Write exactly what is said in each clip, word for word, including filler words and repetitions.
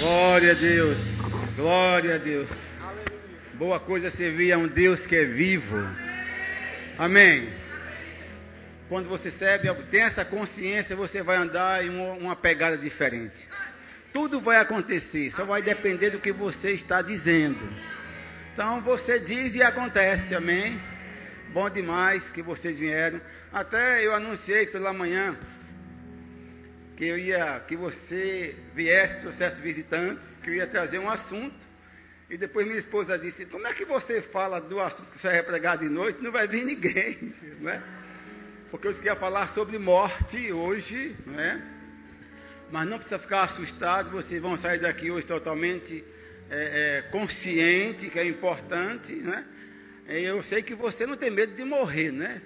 Glória a Deus, glória a Deus. Boa coisa é servir a um Deus que é vivo. Amém. Quando você serve, tem essa consciência, você vai andar em uma, uma pegada diferente. Tudo vai acontecer, só vai depender do que você está dizendo. Então você diz e acontece, amém? Bom demais que vocês vieram. Até eu anunciei pela manhã que eu ia, que você viesse, trouxesse visitantes, que eu ia trazer um assunto. E depois minha esposa disse: como é que você fala do assunto que você vai pregar de noite? Não vai vir ninguém, não é? Porque eu queria falar sobre morte hoje, não é? Mas não precisa ficar assustado, vocês vão sair daqui hoje totalmente é, é, consciente que é importante, né? Eu sei que você não tem medo de morrer, né?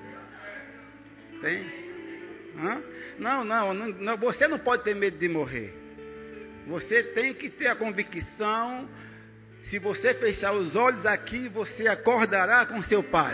Tem? Hã? Não, não, não, você não pode ter medo de morrer. Você tem que ter a convicção, se você fechar os olhos aqui, você acordará com seu Pai.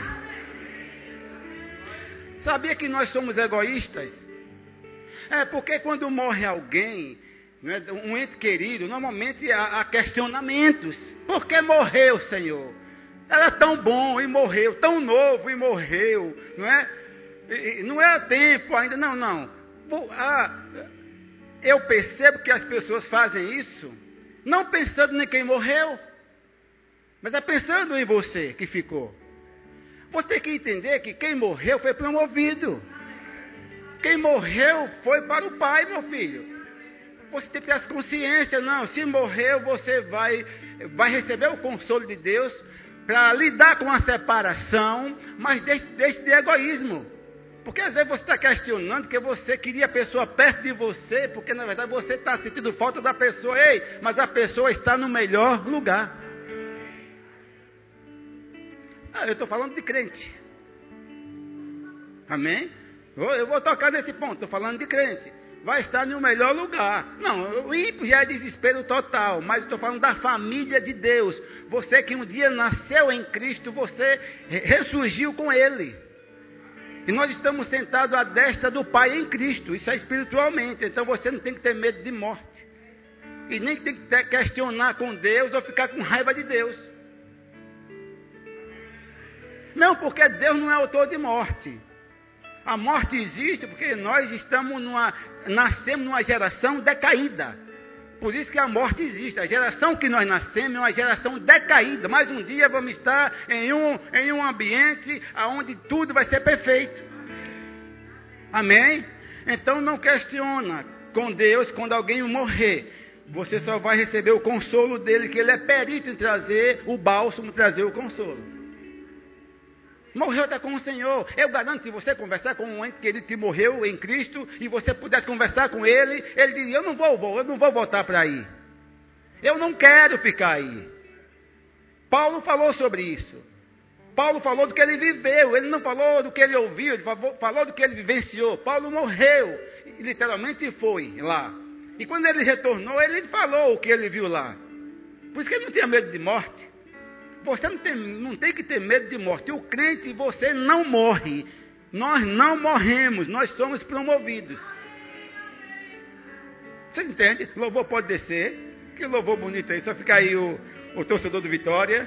Sabia que nós somos egoístas? É porque quando morre alguém, né, um ente querido, normalmente há, há questionamentos. Por que morreu, Senhor? Era tão bom e morreu, tão novo e morreu, não é? E, e não era tempo ainda, não, não. Ah, eu percebo que as pessoas fazem isso, não pensando em quem morreu, mas é pensando em você que ficou. Você tem que entender que quem morreu foi promovido. Quem morreu foi para o Pai, meu filho. Você tem que ter essa consciência, não. Se morreu, você vai, vai receber o consolo de Deus para lidar com a separação, mas deixe, deixe de egoísmo. Porque às vezes você está questionando que você queria a pessoa perto de você, porque na verdade você está sentindo falta da pessoa. Ei, mas a pessoa está no melhor lugar. Ah, eu estou falando de crente. Amém? Eu vou tocar nesse ponto, estou falando de crente. Vai estar no melhor lugar. Não, o ímpio já é desespero total, mas estou falando da família de Deus. Você que um dia nasceu em Cristo, você ressurgiu com Ele. E nós estamos sentados à destra do Pai em Cristo, isso é espiritualmente. Então você não tem que ter medo de morte. E nem tem que ter, questionar com Deus ou ficar com raiva de Deus. Não, porque Deus não é autor de morte. A morte existe porque nós estamos numa, nascemos numa geração decaída. Por isso que a morte existe. A geração que nós nascemos é uma geração decaída. Mas um dia vamos estar em um, em um ambiente onde tudo vai ser perfeito. Amém? Então não questiona com Deus quando alguém morrer. Você só vai receber o consolo dele, que ele é perito em trazer o bálsamo, trazer o consolo. Morreu, está com o Senhor. Eu garanto, se você conversar com um ente querido que morreu em Cristo, e você pudesse conversar com ele, ele diria: eu não vou, eu não vou voltar para aí. Eu não quero ficar aí. Paulo falou sobre isso. Paulo falou do que ele viveu, ele não falou do que ele ouviu, ele falou do que ele vivenciou. Paulo morreu, e literalmente foi lá. E quando ele retornou, ele falou o que ele viu lá. Por isso que ele não tinha medo de morte. Você não tem, não tem que ter medo de morte. O crente, você não morre. Nós não morremos, nós somos promovidos. Você entende? Louvor pode descer. Que louvor bonito aí. Só fica aí o, o torcedor do Vitória.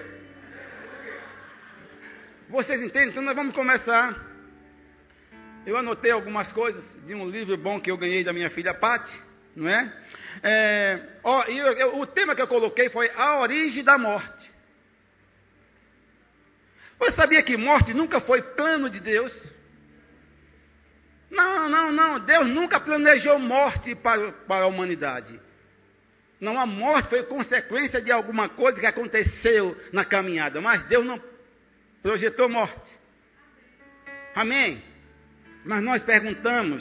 Vocês entendem? Então nós vamos começar. Eu anotei algumas coisas de um livro bom que eu ganhei da minha filha Pati, não é? é ó, e eu, eu, o tema que eu coloquei foi a origem da morte. Você sabia que morte nunca foi plano de Deus? Não, não, não. Deus nunca planejou morte para, para a humanidade. Não, a morte foi consequência de alguma coisa que aconteceu na caminhada. Mas Deus não projetou morte. Amém? Mas nós perguntamos.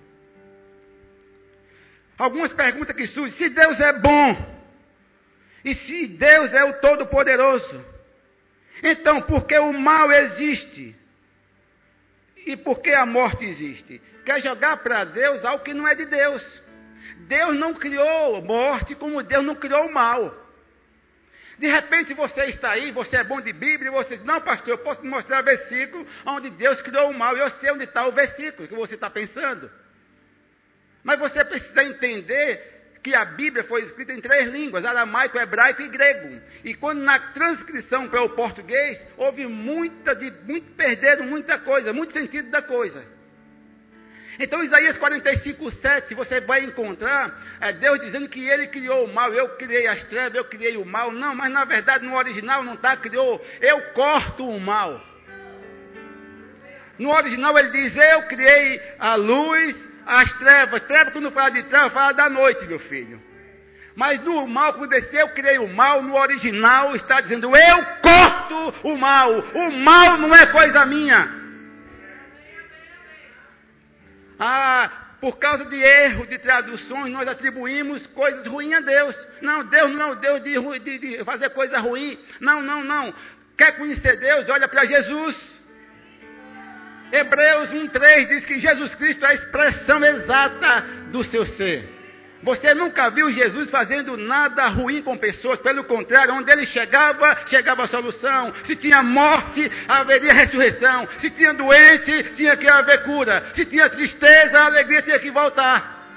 Algumas perguntas que surgem. Se Deus é bom. E se Deus é o Todo-Poderoso. Então, por que o mal existe? E por que a morte existe? Quer jogar para Deus algo que não é de Deus. Deus não criou morte como Deus não criou o mal. De repente você está aí, você é bom de Bíblia, e você diz: não, pastor, eu posso te mostrar versículo onde Deus criou o mal. E eu sei onde está o versículo que você está pensando. Mas você precisa entender que a Bíblia foi escrita em três línguas, aramaico, hebraico e grego. E quando na transcrição para o português, houve muita, de, muito, perderam muita coisa, muito sentido da coisa. Então, Isaías quarenta e cinco, sete, você vai encontrar é, Deus dizendo que Ele criou o mal, eu criei as trevas, eu criei o mal. Não, mas na verdade no original não está, criou, eu corto o mal. No original ele diz, eu criei a luz, as trevas. Trevas, quando fala de trevas, fala da noite, meu filho. Mas no mal, quando disse, eu criei o mal, no original está dizendo, eu corto o mal. O mal não é coisa minha. Ah, por causa de erro de traduções, nós atribuímos coisas ruins a Deus. Não, Deus não é o Deus de, de, de fazer coisa ruim. Não, não, não. Quer conhecer Deus? Olha para Jesus. Hebreus um, três diz que Jesus Cristo é a expressão exata do seu ser. Você nunca viu Jesus fazendo nada ruim com pessoas. Pelo contrário, onde ele chegava, chegava a solução. Se tinha morte, haveria ressurreição. Se tinha doente, tinha que haver cura. Se tinha tristeza, a alegria tinha que voltar.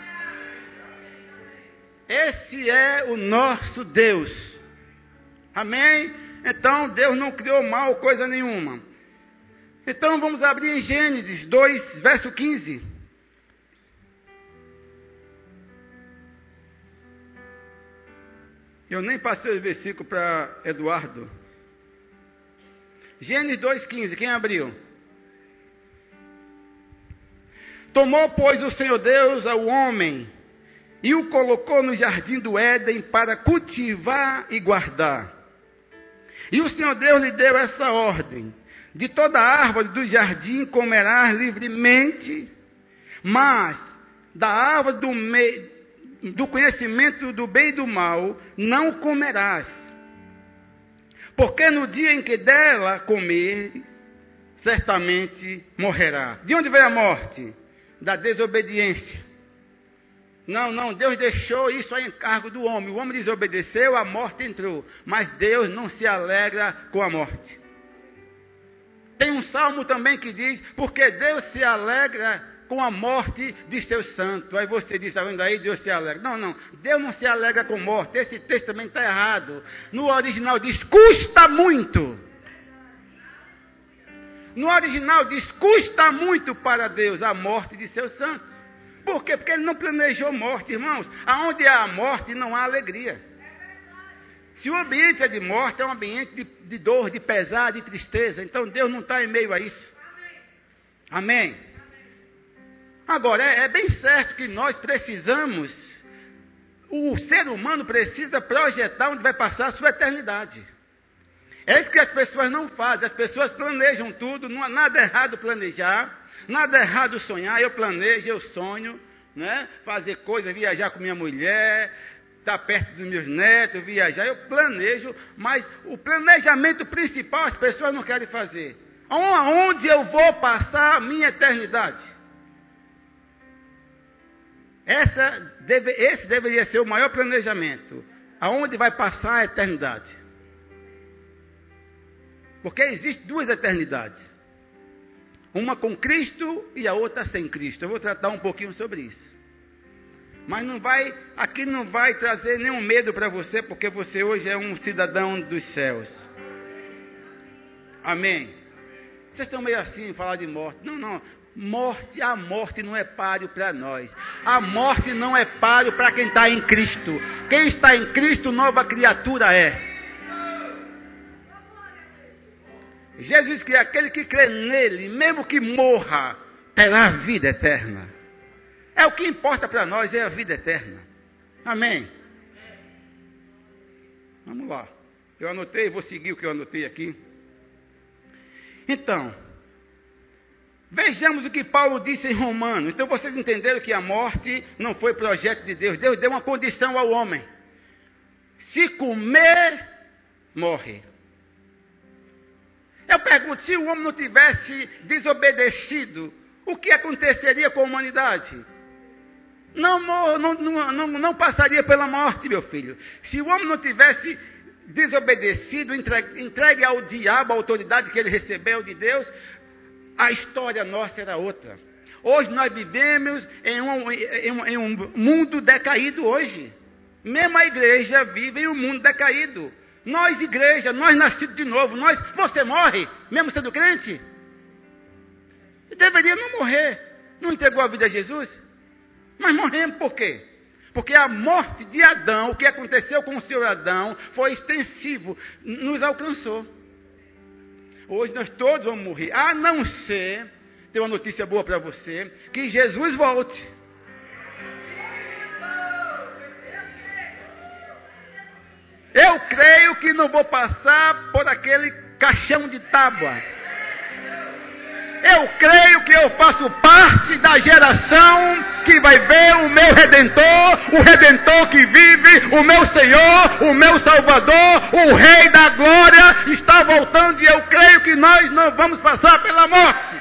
Esse é o nosso Deus. Amém? Então, Deus não criou mal coisa nenhuma. Então, vamos abrir em Gênesis dois, verso quinze. Eu nem passei o versículo para Eduardo. Gênesis dois, quinze. Quem abriu? Tomou, pois, o Senhor Deus ao homem e o colocou no jardim do Éden para cultivar e guardar. E o Senhor Deus lhe deu essa ordem: de toda árvore do jardim comerás livremente, mas da árvore do meio do conhecimento do bem e do mal, não comerás. Porque no dia em que dela comeres, certamente morrerá. De onde veio a morte? Da desobediência. Não, não, Deus deixou isso a encargo do homem. O homem desobedeceu, a morte entrou. Mas Deus não se alegra com a morte. Tem um salmo também que diz, porque Deus se alegra com a morte de seus santos. Aí você diz, está vendo aí, Deus se alegra. Não, não, Deus não se alegra com morte. Esse texto também está errado. No original diz, custa muito. No original diz, custa muito para Deus a morte de seus santos. Por quê? Porque Ele não planejou morte, irmãos. Aonde há morte, não há alegria. Se o ambiente é de morte, é um ambiente de, de dor, de pesar, de tristeza. Então Deus não está em meio a isso. Amém? Agora, é, é bem certo que nós precisamos, o ser humano precisa projetar onde vai passar a sua eternidade. É isso que as pessoas não fazem. As pessoas planejam tudo, não há nada errado planejar, nada errado sonhar. Eu planejo, eu sonho, né? Fazer coisas, viajar com minha mulher, estar perto dos meus netos, viajar. Eu planejo, mas o planejamento principal as pessoas não querem fazer. Aonde eu vou passar a minha eternidade? Essa deve, esse deveria ser o maior planejamento. Aonde vai passar a eternidade? Porque existem duas eternidades. Uma com Cristo e a outra sem Cristo. Eu vou tratar um pouquinho sobre isso. Mas não vai, aqui não vai trazer nenhum medo para você, porque você hoje é um cidadão dos céus. Amém? Vocês estão meio assim em falar de morte. Não, não. Morte, a morte não é páreo para nós. A morte não é páreo para quem está em Cristo. Quem está em Cristo, nova criatura é. Jesus diz que aquele que crê nele, mesmo que morra, terá vida eterna. É o que importa para nós, é a vida eterna. Amém? Vamos lá. Eu anotei, vou seguir o que eu anotei aqui. Então, vejamos o que Paulo disse em Romanos. Então vocês entenderam que a morte não foi projeto de Deus. Deus deu uma condição ao homem. Se comer, morre. Eu pergunto, se o homem não tivesse desobedecido, o que aconteceria com a humanidade? Não, não, não, não, não passaria pela morte, meu filho. Se o homem não tivesse desobedecido, entregue, entregue ao diabo a autoridade que ele recebeu de Deus, a história nossa era outra. Hoje nós vivemos em um, em um, em um mundo decaído hoje. Mesmo a igreja vive em um mundo decaído. Nós, igreja, nós nascidos de novo, nós, você morre, mesmo sendo crente? Deveria não morrer. Não entregou a vida a Jesus? Mas morremos por quê? Porque a morte de Adão, o que aconteceu com o senhor Adão, foi extensivo, nos alcançou. Hoje nós todos vamos morrer, a não ser, tem uma notícia boa para você, que Jesus volte. Eu creio que não vou passar por aquele caixão de tábua. Eu creio que eu faço parte da geração que vai ver o meu Redentor, o Redentor que vive, o meu Senhor, o meu Salvador, o Rei da Glória está voltando e eu creio que nós não vamos passar pela morte.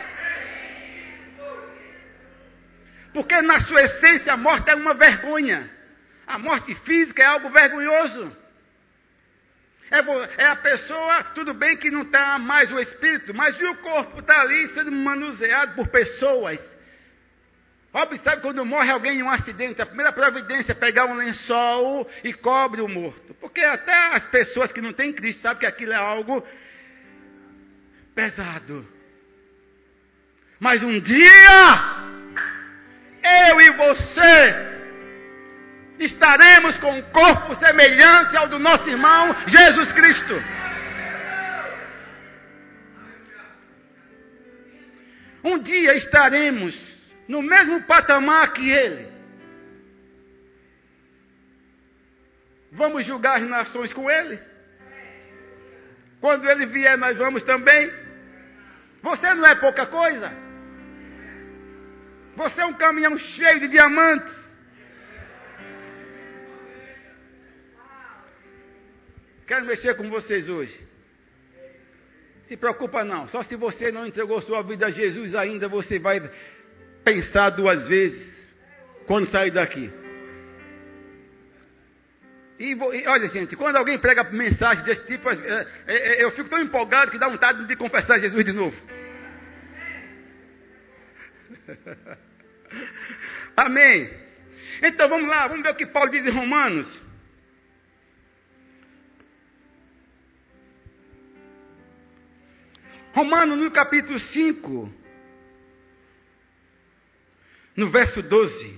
Porque na sua essência a morte é uma vergonha. A morte física é algo vergonhoso. É a pessoa, tudo bem que não está mais o espírito, mas o corpo está ali sendo manuseado por pessoas. Observe quando morre alguém em um acidente, a primeira providência é pegar um lençol e cobre o morto. Porque até as pessoas que não têm Cristo sabem que aquilo é algo pesado. Mas um dia, eu e você estaremos com um corpo semelhante ao do nosso irmão Jesus Cristo. Um dia estaremos no mesmo patamar que ele. Vamos julgar as nações com ele? Quando ele vier, nós vamos também. Você não é pouca coisa. Você é um caminhão cheio de diamantes. Quero mexer com vocês hoje. Se preocupa não. Só se você não entregou sua vida a Jesus ainda, você vai pensar duas vezes quando sair daqui. E, e olha, gente, quando alguém prega mensagem desse tipo, é, é, eu fico tão empolgado que dá vontade de confessar Jesus de novo. Amém. Então vamos lá, vamos ver o que Paulo diz em Romanos. Romanos, no capítulo cinco, no verso doze.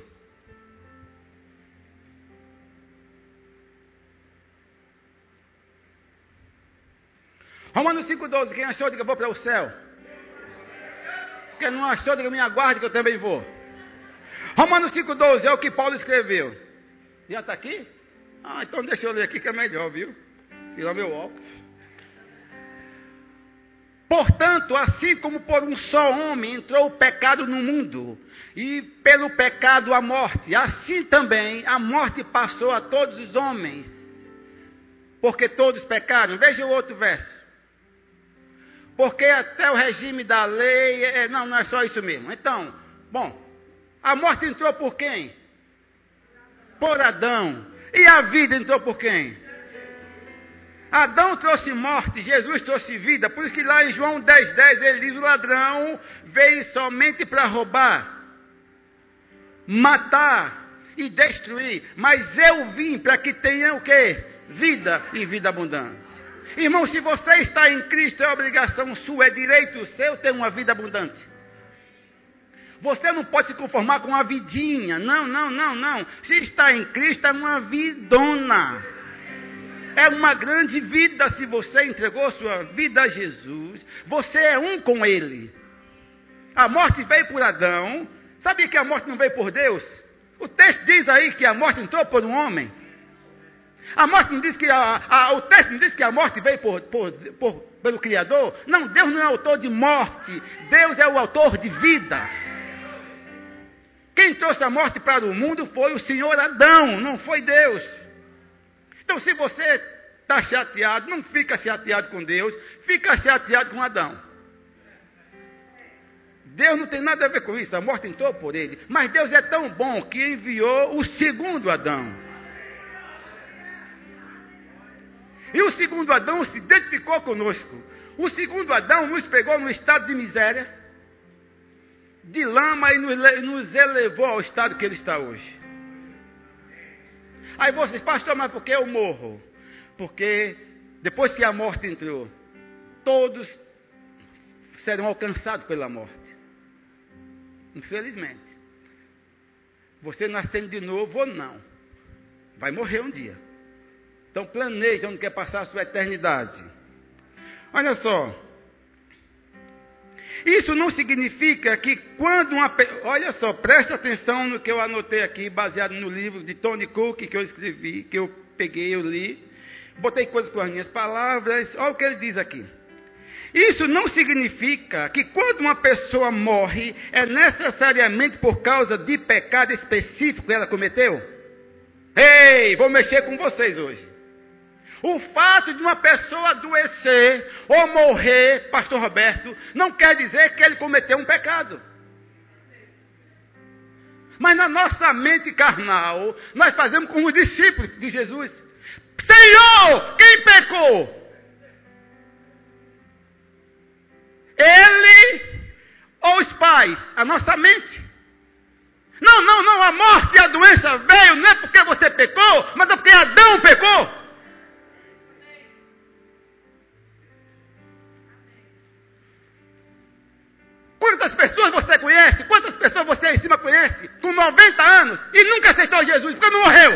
Romanos cinco, doze. Quem achou, diga, vou para o céu. Quem não achou, diga, me aguarde que eu também vou. Romanos cinco, doze é o que Paulo escreveu. Já está aqui? Ah, então deixa eu ler aqui que é melhor, viu? Tirar meu óculos. Portanto, assim como por um só homem entrou o pecado no mundo, e pelo pecado a morte, assim também a morte passou a todos os homens, porque todos pecaram. Veja o outro verso. Porque até o regime da lei, é, não, não é só isso mesmo. Então, bom, a morte entrou por quem? Por Adão. E a vida entrou por quem? Adão trouxe morte, Jesus trouxe vida. Por isso que lá em João dez, dez ele diz, o ladrão veio somente para roubar, matar e destruir. Mas eu vim para que tenha o quê? Vida e vida abundante. Irmão, se você está em Cristo, é obrigação sua, é direito seu ter uma vida abundante. Você não pode se conformar com uma vidinha. Não, não, não, não. Se está em Cristo, é uma vidona. É uma grande vida. Se você entregou sua vida a Jesus, você é um com Ele. A morte veio por Adão. Sabia que a morte não veio por Deus? O texto diz aí que a morte entrou por um homem. A morte não diz que a, a, o texto não diz que a morte veio por, por, por, pelo Criador. Não, Deus não é autor de morte. Deus é o autor de vida. Quem trouxe a morte para o mundo foi o Senhor Adão, não foi Deus. Então, se você está chateado, não fica chateado com Deus, fica chateado com Adão. Deus não tem nada a ver com isso, a morte entrou por ele. Mas Deus é tão bom que enviou o segundo Adão. E o segundo Adão se identificou conosco. O segundo Adão nos pegou num estado de miséria. de lama e nos elevou ao estado que ele está hoje. Aí vocês, pastor, mas por que eu morro? Porque depois que a morte entrou, todos serão alcançados pela morte. Infelizmente. Você nascendo de novo ou não, vai morrer um dia. Então planeje onde quer passar a sua eternidade. Olha só. Isso não significa que quando uma... Olha só, presta atenção no que eu anotei aqui, baseado no livro de Tony Cook, que eu escrevi, que eu peguei, eu li. Botei coisas com as minhas palavras. Olha o que ele diz aqui. Isso não significa que quando uma pessoa morre, é necessariamente por causa de pecado específico que ela cometeu. Ei, vou mexer com vocês hoje. O fato de uma pessoa adoecer ou morrer, pastor Roberto, não quer dizer que ele cometeu um pecado. Mas na nossa mente carnal, nós fazemos como os discípulos de Jesus. Senhor, quem pecou? Ele ou os pais? A nossa mente. Não, não, não, a morte e a doença veio, não é porque você pecou, mas é porque Adão pecou. Quantas pessoas você conhece? Quantas pessoas você aí em cima conhece? Com noventa anos e nunca aceitou Jesus, porque não morreu.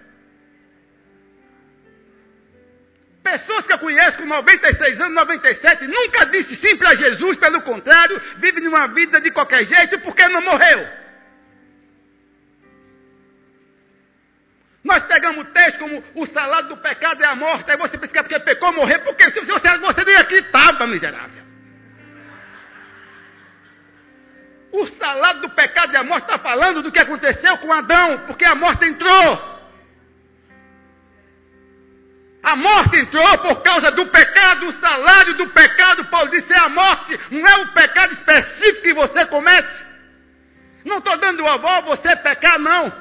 Pessoas que eu conheço com noventa e seis anos, noventa e sete, nunca disse sim para Jesus, pelo contrário, vive numa vida de qualquer jeito porque não morreu. Nós pegamos o texto como o salário do pecado é a morte, aí você pensa que é porque pecou, morrer, porque se você, você nem aqui estava, miserável. O salário do pecado e a morte está falando do que aconteceu com Adão, porque a morte entrou. A morte entrou por causa do pecado, o salário do pecado, Paulo disse, é a morte, não é o pecado específico que você comete. Não estou dando o avó a você pecar, não.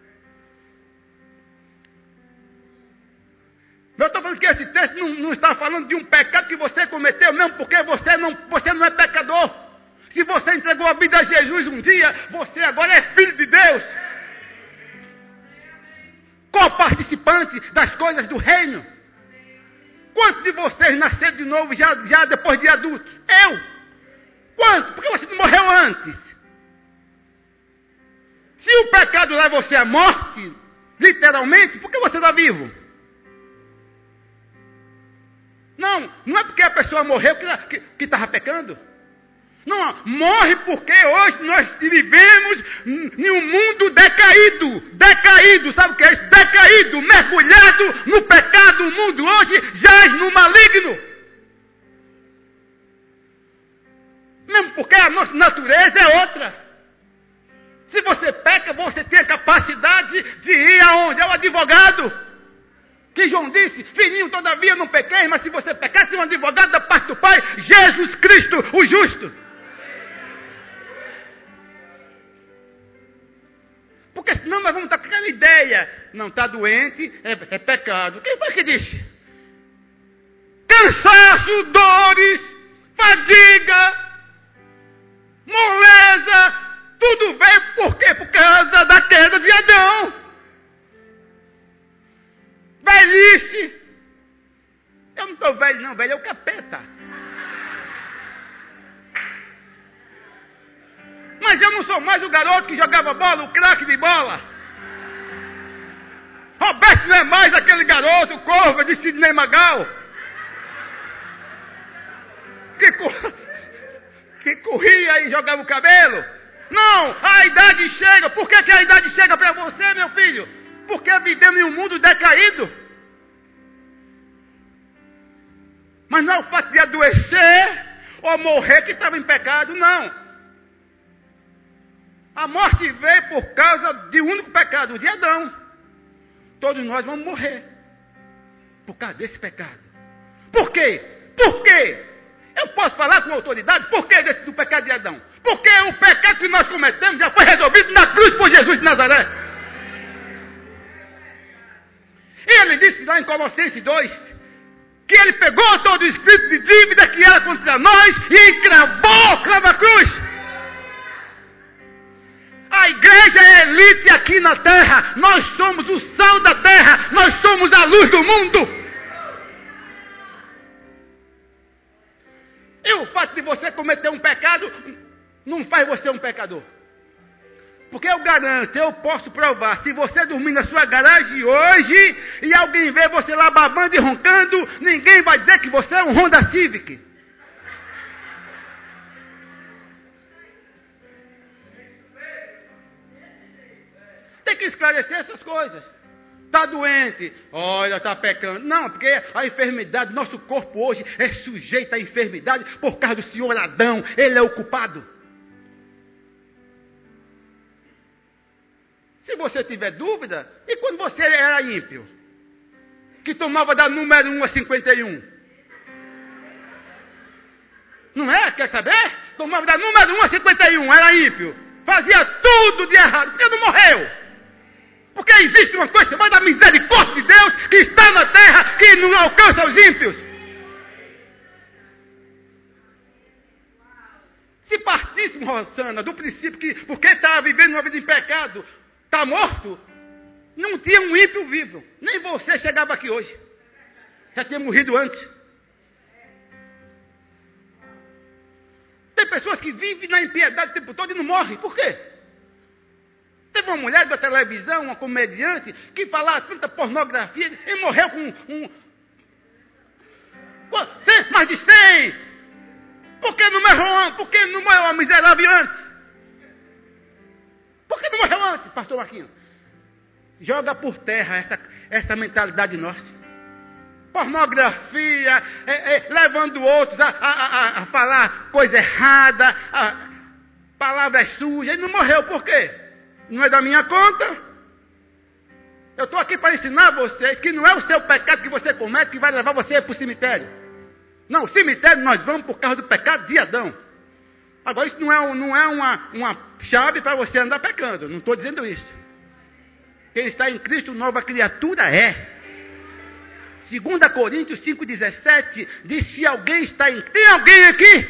Eu estou falando que esse texto não, não está falando de um pecado que você cometeu, mesmo porque você não, você não é pecador. Se você entregou a vida a Jesus um dia, você agora é filho de Deus. Co-participante das coisas do reino. Quantos de vocês nasceram de novo já, já depois de adultos? Eu. Quantos? Porque você não morreu antes. Se o pecado leva você à morte, literalmente, por que você está vivo? Não, não é porque a pessoa morreu que estava pecando. Não, morre porque hoje nós vivemos em um mundo decaído. Decaído, sabe o que é isso? Decaído, mergulhado no pecado. O mundo hoje jaz no maligno. Mesmo porque a nossa natureza é outra. Se você peca, você tem a capacidade de ir aonde? Ao advogado. Que João disse, filhinho, todavia não pequei, mas se você pecar, tem um advogado da parte do Pai, Jesus Cristo, o justo. Porque senão nós vamos estar com aquela ideia. Não, está doente, é, é pecado. Quem foi que disse? Cansaço, dores, fadiga, moleza, tudo veio por quê? Por causa da queda de Adão. Velhice. Eu não estou velho não, velho é o capeta. Mas eu não sou mais o garoto que jogava bola, o craque de bola. Roberto não é mais aquele garoto, corva de Sidney Magal. Que, cor... que corria e jogava o cabelo. Não, a idade chega. Por que, que a idade chega para você, meu filho? Porque vivemos em um mundo decaído. Mas não é o fato de adoecer ou morrer que estava em pecado, não. A morte veio por causa de um único pecado, de Adão. Todos nós vamos morrer por causa desse pecado. Por quê? Por quê? Eu posso falar com autoridade por que desse, do pecado de Adão? Porque o pecado que nós cometemos já foi resolvido na cruz por Jesus de Nazaré. E ele disse lá em Colossenses dois, que ele pegou todo o escrito de dívida que era contra nós e encravou, clava a cruz. igreja é elite aqui na terra. Nós somos o sal da terra. Nós somos a luz do mundo. E o fato de você cometer um pecado não faz você um pecador. Porque eu garanto, eu posso provar, se você dormir na sua garagem hoje e alguém vê você lá babando e roncando, ninguém vai dizer que você é um Honda Civic. Tem que esclarecer essas coisas. Está doente, olha, está pecando. Não, porque a enfermidade, nosso corpo hoje é sujeito à enfermidade por causa do senhor Adão. Ele é o culpado. Se você tiver dúvida, e quando você era ímpio? Que tomava da número um a cinquenta e um? Não é? Quer saber? Tomava da número um a cinquenta e um, era ímpio. Fazia tudo de errado, porque não morreu. Porque existe uma coisa chamada misericórdia de Deus, que está na terra, que não alcança os ímpios. Se partíssemos, Rosana, do princípio que, porque estava vivendo uma vida em pecado, está morto, não tinha um ímpio vivo. Nem você chegava aqui hoje. Já tinha morrido antes. Tem pessoas que vivem na impiedade o tempo todo e não morrem. Por quê? Teve uma mulher da televisão, uma comediante, que falava tanta pornografia e morreu com um... cem, mais de cem. Por que não morreu, por que não morreu a miserável antes? Por que não morreu antes, pastor Marquinhos? Joga por terra essa, essa mentalidade nossa. Pornografia, é, é, levando outros a, a, a, a falar coisa errada, a, palavras sujas. Ele não morreu, por quê? Não é da minha conta. Eu estou aqui para ensinar a vocês que não é o seu pecado que você comete que vai levar você para o cemitério. Não, o cemitério nós vamos por causa do pecado de Adão. Agora, isso não é, não é uma, uma chave para você andar pecando. Não estou dizendo isso. Quem está em Cristo, nova criatura é. Segunda Coríntios cinco, dezessete diz: se alguém está em... Tem alguém aqui?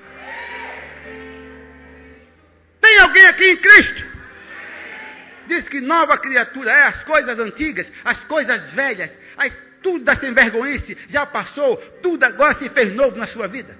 Tem alguém aqui em Cristo? Diz que nova criatura é, as coisas antigas, as coisas velhas, as, tudo da sem vergonhice já passou, tudo agora se fez novo na sua vida.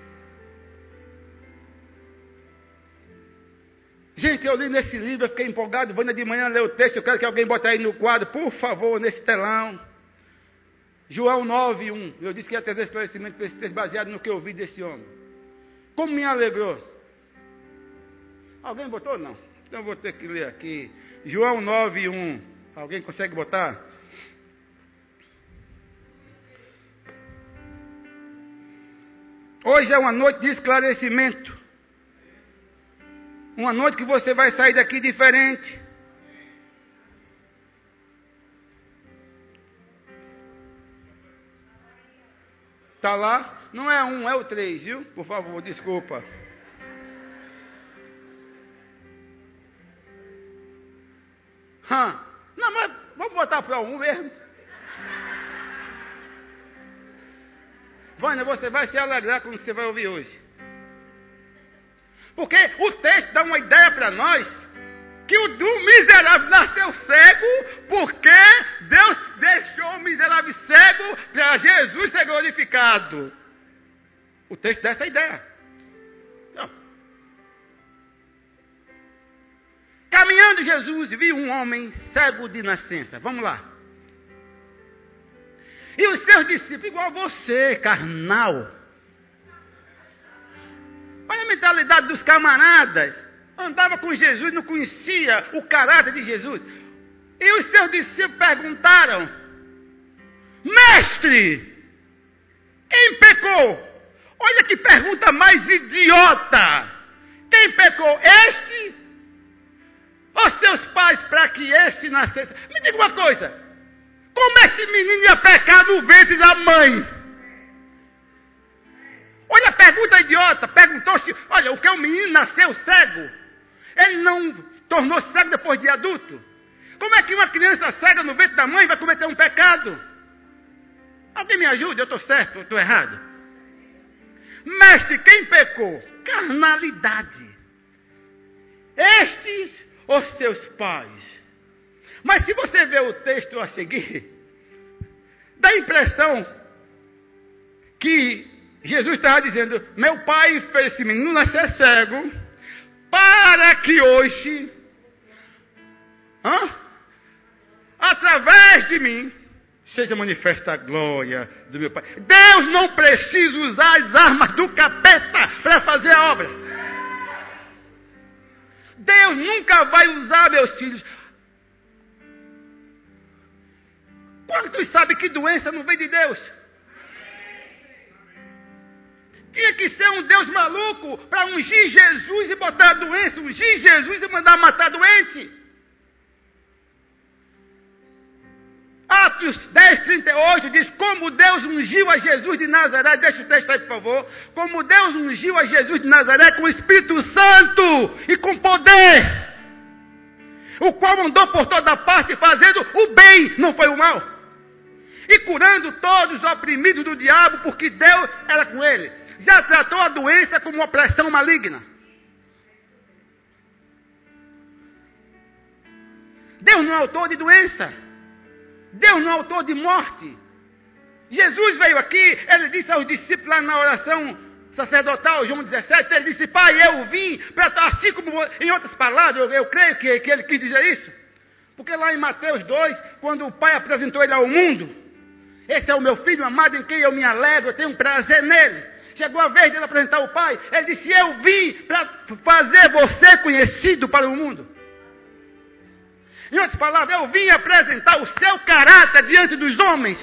Gente, eu li nesse livro, eu fiquei empolgado, vou de manhã ler o texto, eu quero que alguém bote aí no quadro, por favor, nesse telão. João nove, um. Eu disse que ia trazer esclarecimento para esse texto baseado no que eu ouvi desse homem. Como me alegrou. Alguém botou? Não. Então eu vou ter que ler aqui. João nove, um. Alguém consegue botar? Hoje é uma noite de esclarecimento. Uma noite que você vai sair daqui diferente. Está lá? Não é um, é o três, viu? Por favor, desculpa. Hã? Não, mas vamos botar para um mesmo. Vânia, você vai se alegrar com o que você vai ouvir hoje. Porque o texto dá uma ideia para nós que o do miserável nasceu cego porque Deus deixou o miserável cego para Jesus ser glorificado. O texto dá essa ideia. Não. Caminhando Jesus, viu um homem cego de nascença. Vamos lá. E os seus discípulos, igual a você, carnal. Olha a mentalidade dos camaradas. Andava com Jesus, não conhecia o caráter de Jesus. E os seus discípulos perguntaram: Mestre, quem pecou? Olha que pergunta mais idiota. Quem pecou? Este ou seus pais, para que este nascesse? Me diga uma coisa. Como esse menino ia pecar no ventre da mãe? Olha a pergunta idiota. Perguntou-se, olha, o que o menino nasceu cego? Ele não tornou cego depois de adulto? Como é que uma criança cega no ventre da mãe vai cometer um pecado? Alguém me ajude, eu estou certo ou estou errado? Mestre, quem pecou? Carnalidade. Estes os seus pais. Mas se você ver o texto a seguir, dá a impressão que Jesus estava dizendo: meu pai fez esse menino nascer cego, para que hoje, hã? através de mim, seja manifesta a glória do meu pai. Deus não precisa usar as armas do capeta para fazer a obra. Deus nunca vai usar meus filhos. Quantos sabem que doença não vem de Deus? Tinha que ser um Deus maluco para ungir Jesus e botar a doença, ungir Jesus e mandar matar doente. Atos dez, trinta e oito diz: como Deus ungiu a Jesus de Nazaré, deixa o texto aí por favor, como Deus ungiu a Jesus de Nazaré com o Espírito Santo e com poder, o qual andou por toda parte fazendo o bem, não foi o mal, e curando todos os oprimidos do diabo, porque Deus era com ele. Já tratou a doença como uma opressão maligna. Deus não é autor de doença. Deus não é autor de morte. Jesus veio aqui, ele disse aos discípulos lá na oração sacerdotal, João dezessete, ele disse: pai, eu vim para estar assim como, em outras palavras, eu, eu creio que, que ele quis dizer isso. Porque lá em Mateus dois, quando o pai apresentou ele ao mundo, esse é o meu filho amado em quem eu me alegro, eu tenho prazer nele. Chegou a vez dele apresentar o pai, ele disse: eu vim para fazer você conhecido para o mundo. Em outras palavras, eu vim apresentar o seu caráter diante dos homens.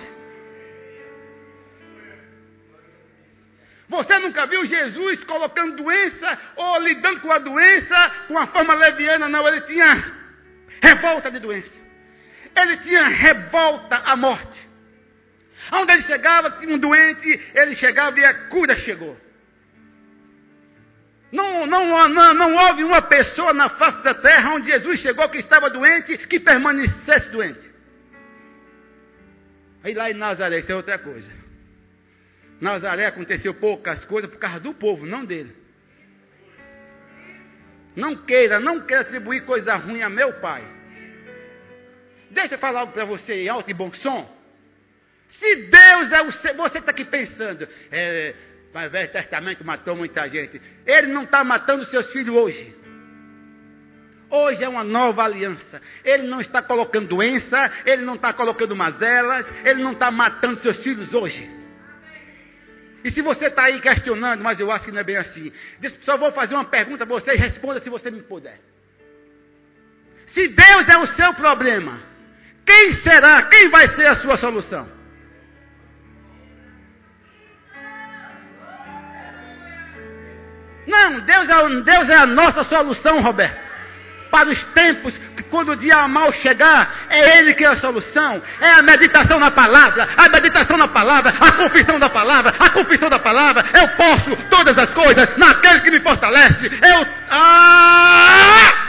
Você nunca viu Jesus colocando doença ou lidando com a doença com a forma leviana, não. Ele tinha revolta de doença. Ele tinha revolta à morte. Onde ele chegava, tinha um doente, ele chegava e a cura chegou. Não, não, não, não houve uma pessoa na face da terra onde Jesus chegou que estava doente, que permanecesse doente. Aí lá em Nazaré, isso é outra coisa. Nazaré aconteceu poucas coisas por causa do povo, não dele. Não queira, não queira atribuir coisa ruim a meu pai. Deixa eu falar algo para você em alto e bom som. Se Deus é o seu, você que está aqui pensando, é, o Velho Testamento matou muita gente. Ele não está matando seus filhos hoje. Hoje é uma nova aliança. Ele não está colocando doença, ele não está colocando mazelas, ele não está matando seus filhos hoje. E se você está aí questionando, mas eu acho que não é bem assim, diz, só vou fazer uma pergunta para você e responda se você me puder. Se Deus é o seu problema, quem será, quem vai ser a sua solução? Não, Deus é, Deus é a nossa solução, Roberto. Para os tempos, que quando o dia mal chegar, é Ele que é a solução. É a meditação na palavra, a meditação na palavra, a confissão da palavra, a confissão da palavra. Eu posso todas as coisas naquele que me fortalece. Eu... Ah!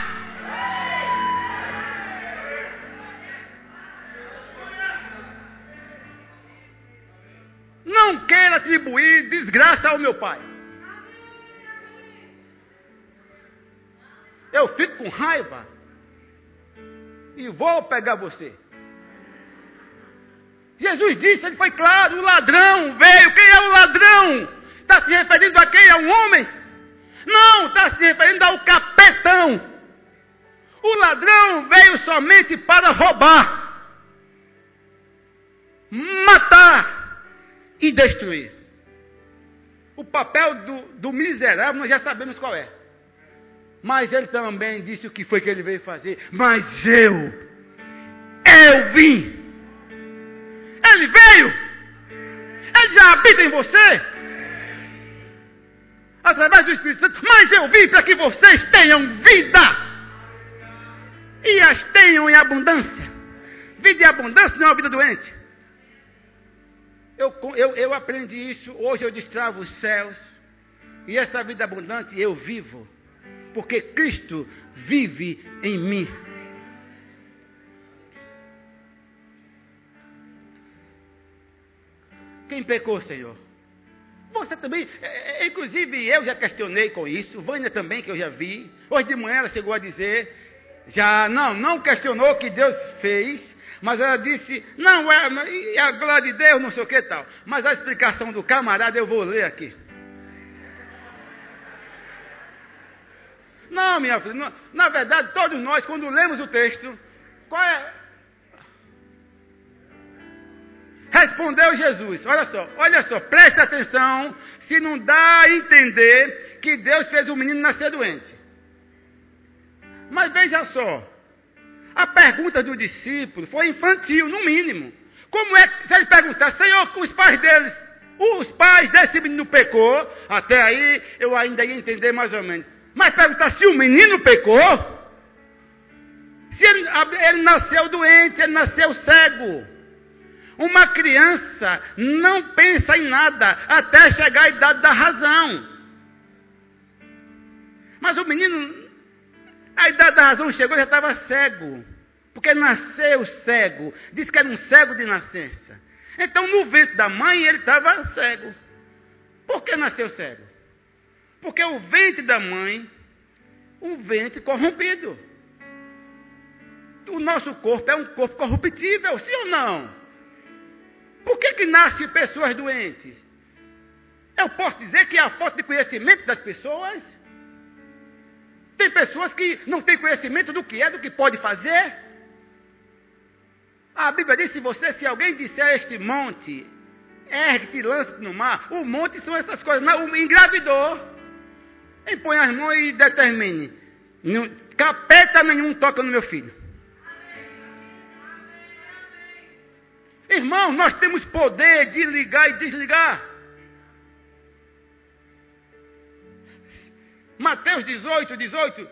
Não queira atribuir desgraça ao meu pai. Eu fico com raiva e vou pegar você. Jesus disse, ele foi claro, o ladrão veio. Quem é o ladrão? Está se referindo a quem? A um homem? Não, está se referindo ao capetão. O ladrão veio somente para roubar, matar e destruir. O papel do, do miserável nós já sabemos qual é. Mas ele também disse o que foi que ele veio fazer. Mas eu, eu vim. Ele veio. Ele já habita em você. Através do Espírito Santo. Mas eu vim para que vocês tenham vida. E as tenham em abundância. Vida em abundância não é uma vida doente. Eu, eu, eu aprendi isso. Hoje eu destravo os céus. E essa vida abundante eu vivo. Porque Cristo vive em mim. Quem pecou, Senhor? Você também, é, é, inclusive eu já questionei com isso, Vânia também, que eu já vi. Hoje de manhã ela chegou a dizer, Já não, não questionou o que Deus fez, mas ela disse, não, é, e a glória de Deus, não sei o que tal. Mas a explicação do camarada eu vou ler aqui. Não, minha filha, não, na verdade, todos nós, quando lemos o texto, qual é? Respondeu Jesus, olha só, olha só, preste atenção, se não dá a entender que Deus fez o menino nascer doente. Mas veja só, a pergunta do discípulo foi infantil, no mínimo. Como é que, se ele perguntar, Senhor, os pais deles, os pais desse menino pecou, até aí eu ainda ia entender mais ou menos. Mas perguntar se o menino pecou, se ele, ele nasceu doente, ele nasceu cego. Uma criança não pensa em nada até chegar à idade da razão. Mas o menino, a idade da razão chegou e já estava cego. Porque nasceu cego. Diz que era um cego de nascença. Então no ventre da mãe ele estava cego. Por que nasceu cego? Porque o ventre da mãe, um ventre corrompido. O nosso corpo é um corpo corruptível, sim ou não? Por que que nascem pessoas doentes? Eu posso dizer que é a falta de conhecimento das pessoas. Tem pessoas que não têm conhecimento do que é, do que pode fazer. A Bíblia diz, se você, se alguém disser a este monte, ergue-te e lança-te no mar, o monte são essas coisas. Não, engravidou. Põe as mãos e determine. Não, capeta nenhum toca no meu filho. Irmão, nós temos poder de ligar e desligar. Mateus dezoito, dezoito.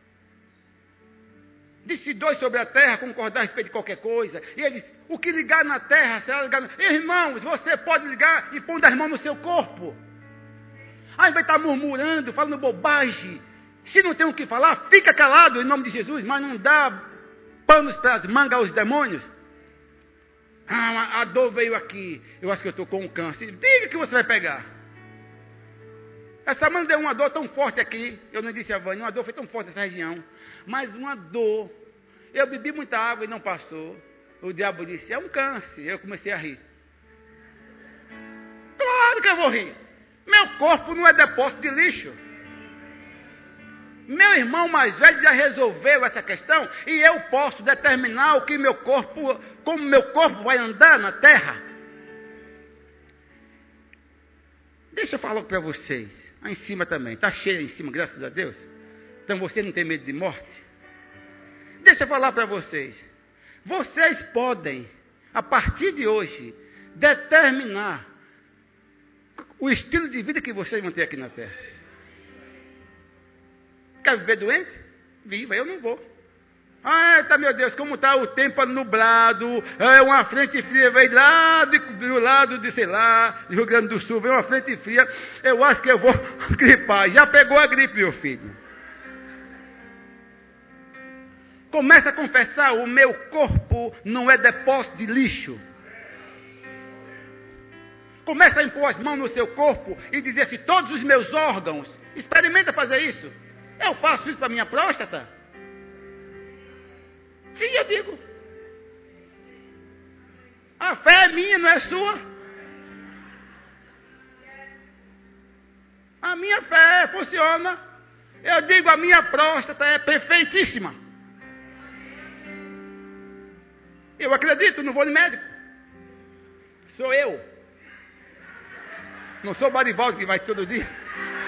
Disse dois sobre a terra, concordar a respeito de qualquer coisa. E ele, o que ligar na terra, será ligado. Irmãos, você pode ligar e pôr as mãos no seu corpo. Aí vai estar murmurando, falando bobagem. Se não tem o que falar, fica calado em nome de Jesus, mas não dá panos para as mangas aos demônios. Ah, a dor veio aqui. Eu acho que eu estou com um câncer. Diga que você vai pegar. Essa semana deu uma dor tão forte aqui. Eu não disse a Vânia, uma dor foi tão forte nessa região. Mas uma dor. Eu bebi muita água e não passou. O diabo disse, é um câncer. Eu comecei a rir. Claro que eu vou rir. Meu corpo não é depósito de lixo. Meu irmão mais velho já resolveu essa questão e eu posso determinar o que meu corpo, como meu corpo vai andar na terra. Deixa eu falar para vocês. Aí em cima também. Está cheio aí em cima, graças a Deus. Então você não tem medo de morte? Deixa eu falar para vocês. Vocês podem, a partir de hoje, determinar o estilo de vida que vocês vão ter aqui na terra. Quer viver doente? Viva, eu não vou. Ah, tá, meu Deus, como está o tempo nublado, é uma frente fria, veio lá de, do lado de, sei lá, do Rio Grande do Sul, veio uma frente fria, eu acho que eu vou gripar. Já pegou a gripe, meu filho. Começa a confessar, o meu corpo não é depósito de lixo. Começa a impor as mãos no seu corpo e dizer assim, todos os meus órgãos, experimenta fazer isso. Eu faço isso para minha próstata? Sim, eu digo. A fé é minha, não é sua. A minha fé funciona. Eu digo, a minha próstata é perfeitíssima. Eu acredito, não vou de médico. Sou eu. Não sou o Baribaldi que vai todo dia.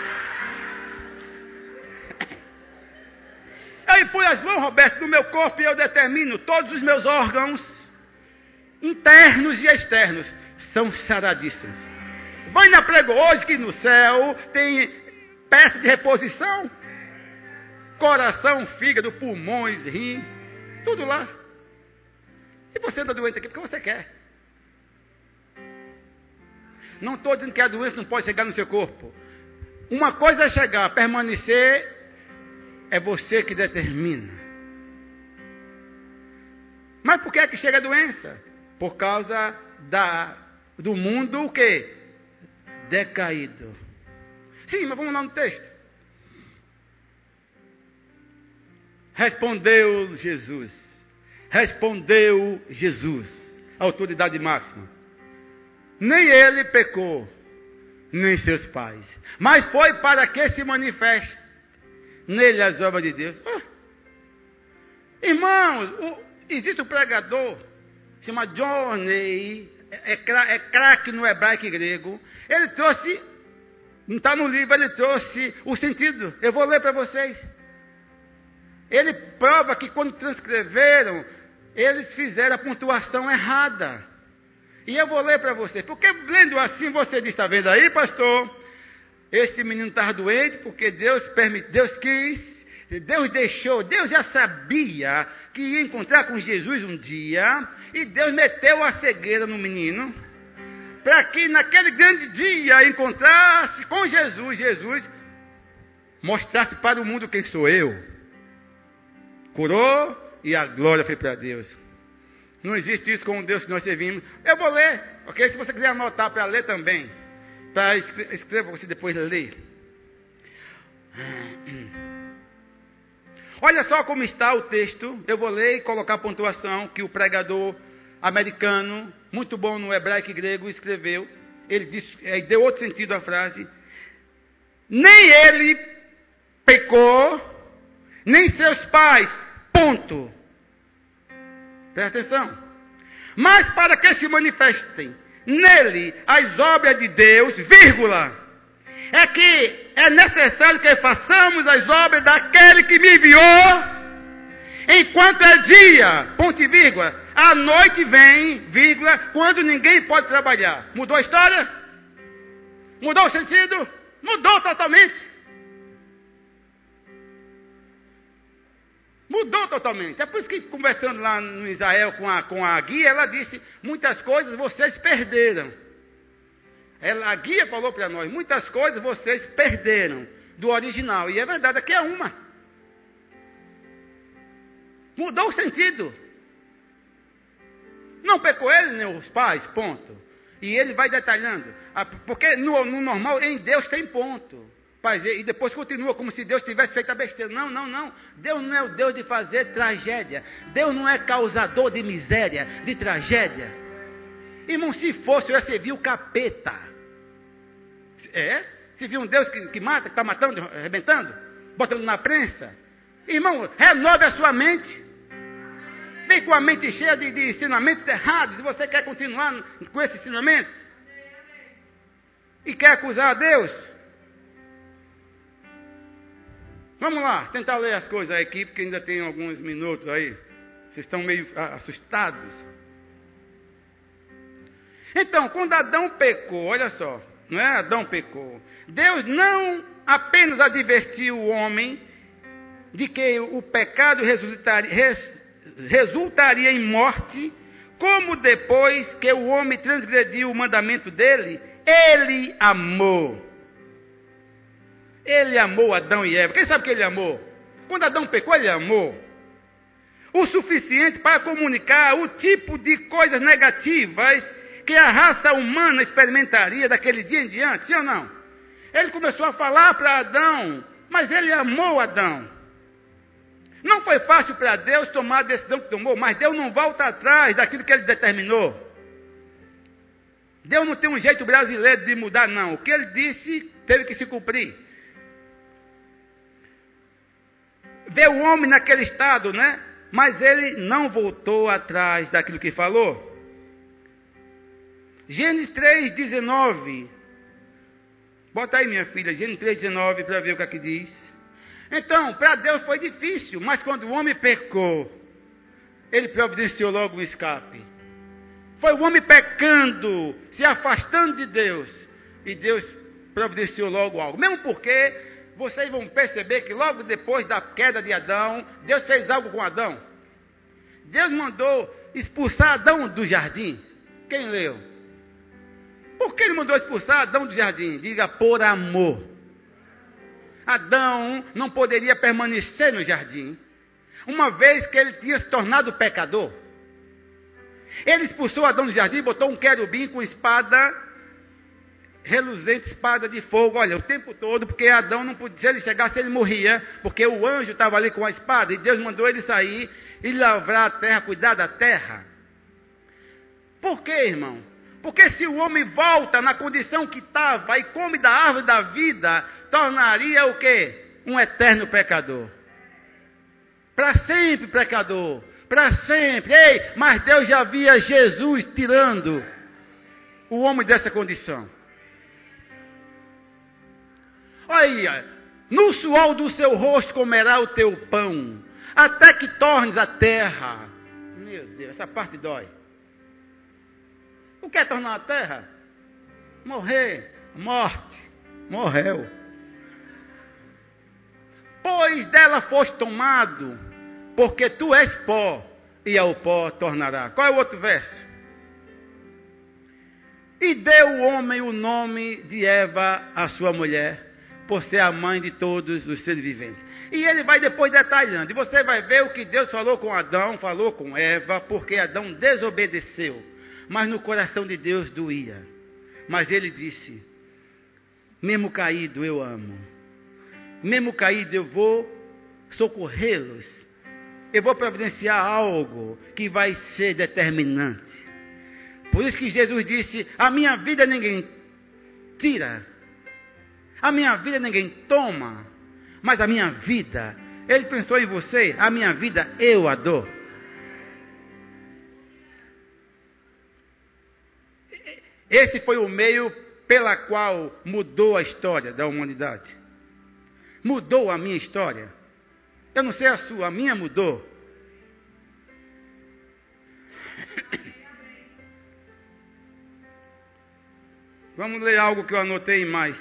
Eu ponho as mãos, Roberto, no meu corpo e eu determino todos os meus órgãos, internos e externos, são saradíssimos. Vai na prego hoje que no céu tem peça de reposição. Coração, fígado, pulmões, rins, tudo lá. E você está doente aqui porque você quer. Não estou dizendo que a doença não pode chegar no seu corpo. Uma coisa é chegar, permanecer, é você que determina. Mas por que é que chega a doença? Por causa da, do mundo o quê? Decaído. Sim, mas vamos lá no texto. Respondeu Jesus. Respondeu Jesus. Autoridade máxima. Nem ele pecou, nem seus pais. Mas foi para que se manifeste nele as obras de Deus. Oh. Irmãos, o, existe um pregador, chama Johnny, é, é, é craque no hebraico e grego. Ele trouxe, não está no livro, ele trouxe o sentido. Eu vou ler para vocês. Ele prova que quando transcreveram, eles fizeram a pontuação errada. E eu vou ler para vocês. Porque lendo assim, você diz, está vendo aí, pastor? Este menino estava doente porque Deus permitiu, Deus quis, Deus deixou, Deus já sabia que ia encontrar com Jesus um dia, e Deus meteu a cegueira no menino, para que naquele grande dia encontrasse com Jesus, Jesus mostrasse para o mundo quem sou eu. Curou e a glória foi para Deus. Não existe isso com o Deus que nós servimos. Eu vou ler, ok? Se você quiser anotar para ler também, para escrever para você depois ler. Olha só como está o texto. Eu vou ler e colocar a pontuação que o pregador americano, muito bom no hebraico e grego, escreveu. Ele disse, deu outro sentido à frase. Nem ele pecou, nem seus pais. Ponto. Presta atenção. Mas para que se manifestem nele as obras de Deus, vírgula, é que é necessário que façamos as obras daquele que me enviou, enquanto é dia, ponto e vírgula, a noite vem, vírgula, quando ninguém pode trabalhar. Mudou a história? Mudou o sentido? Mudou totalmente. Mudou totalmente. É por isso que, conversando lá no Israel com a, com a guia, ela disse, muitas coisas vocês perderam. Ela, a guia falou para nós, muitas coisas vocês perderam do original. E é verdade, aqui é uma. Mudou o sentido. Não pecou ele nem os pais, ponto. E ele vai detalhando. Porque no, no normal, em Deus tem ponto. E depois continua como se Deus tivesse feito a besteira. Não, não, não. Deus não é o Deus de fazer tragédia. Deus não é causador de miséria, de tragédia. Irmão, se fosse, eu ia servir o capeta. É? Se viu um Deus que, que mata, que está matando, arrebentando, botando na prensa. Irmão, renove a sua mente. Vem com a mente cheia de, de ensinamentos errados. Se você quer continuar com esse ensinamento e quer acusar a Deus, vamos lá, tentar ler as coisas aqui, porque ainda tem alguns minutos aí. Vocês estão meio assustados. Então, quando Adão pecou, olha só, não é? Adão pecou. Deus não apenas advertiu o homem de que o pecado resultaria, res, resultaria em morte, como depois que o homem transgrediu o mandamento dele, ele amou. Ele amou Adão e Eva. Quem sabe que ele amou? Quando Adão pecou, ele amou. O suficiente para comunicar o tipo de coisas negativas que a raça humana experimentaria daquele dia em diante, sim ou não? Ele começou a falar para Adão, mas ele amou Adão. Não foi fácil para Deus tomar a decisão que tomou, mas Deus não volta atrás daquilo que ele determinou. Deus não tem um jeito brasileiro de mudar, não. O que ele disse teve que se cumprir. Vê o homem naquele estado, né? Mas ele não voltou atrás daquilo que falou. Gênesis três, dezenove. Bota aí, minha filha, Gênesis três, dezenove, para ver o que aqui diz. Então, para Deus foi difícil, mas quando o homem pecou, ele providenciou logo um escape. Foi o homem pecando, se afastando de Deus, e Deus providenciou logo algo. Mesmo porque vocês vão perceber que logo depois da queda de Adão, Deus fez algo com Adão. Deus mandou expulsar Adão do jardim. Quem leu? Por que ele mandou expulsar Adão do jardim? Diga, por amor. Adão não poderia permanecer no jardim, uma vez que ele tinha se tornado pecador. Ele expulsou Adão do jardim, botou um querubim com espada reluzente espada de fogo, olha, o tempo todo, porque Adão não podia, se ele chegasse, ele morria, porque o anjo estava ali com a espada, e Deus mandou ele sair e lavrar a terra, cuidar da terra. Por quê, irmão? Porque se o homem volta na condição que estava e come da árvore da vida, tornaria o quê? Um eterno pecador. Para sempre pecador. Para sempre. Ei, mas Deus já via Jesus tirando o homem dessa condição. Olha aí, no suor do seu rosto comerá o teu pão, até que tornes a terra. Meu Deus, essa parte dói. O que é tornar a terra? Morrer, morte, morreu. Pois dela foste tomado, porque tu és pó, e ao pó tornará. Qual é o outro verso? E deu o homem o nome de Eva à sua mulher, por ser a mãe de todos os seres viventes. E ele vai depois detalhando. E você vai ver o que Deus falou com Adão, falou com Eva, porque Adão desobedeceu. Mas no coração de Deus doía. Mas ele disse, mesmo caído eu amo. Mesmo caído eu vou socorrê-los. Eu vou providenciar algo que vai ser determinante. Por isso que Jesus disse, a minha vida ninguém tira. A minha vida ninguém toma. Mas a minha vida, ele pensou em você, a minha vida eu a dou. Esse foi o meio pela qual mudou a história da humanidade. Mudou a minha história. Eu não sei a sua, a minha mudou. Vamos ler algo que eu anotei mais.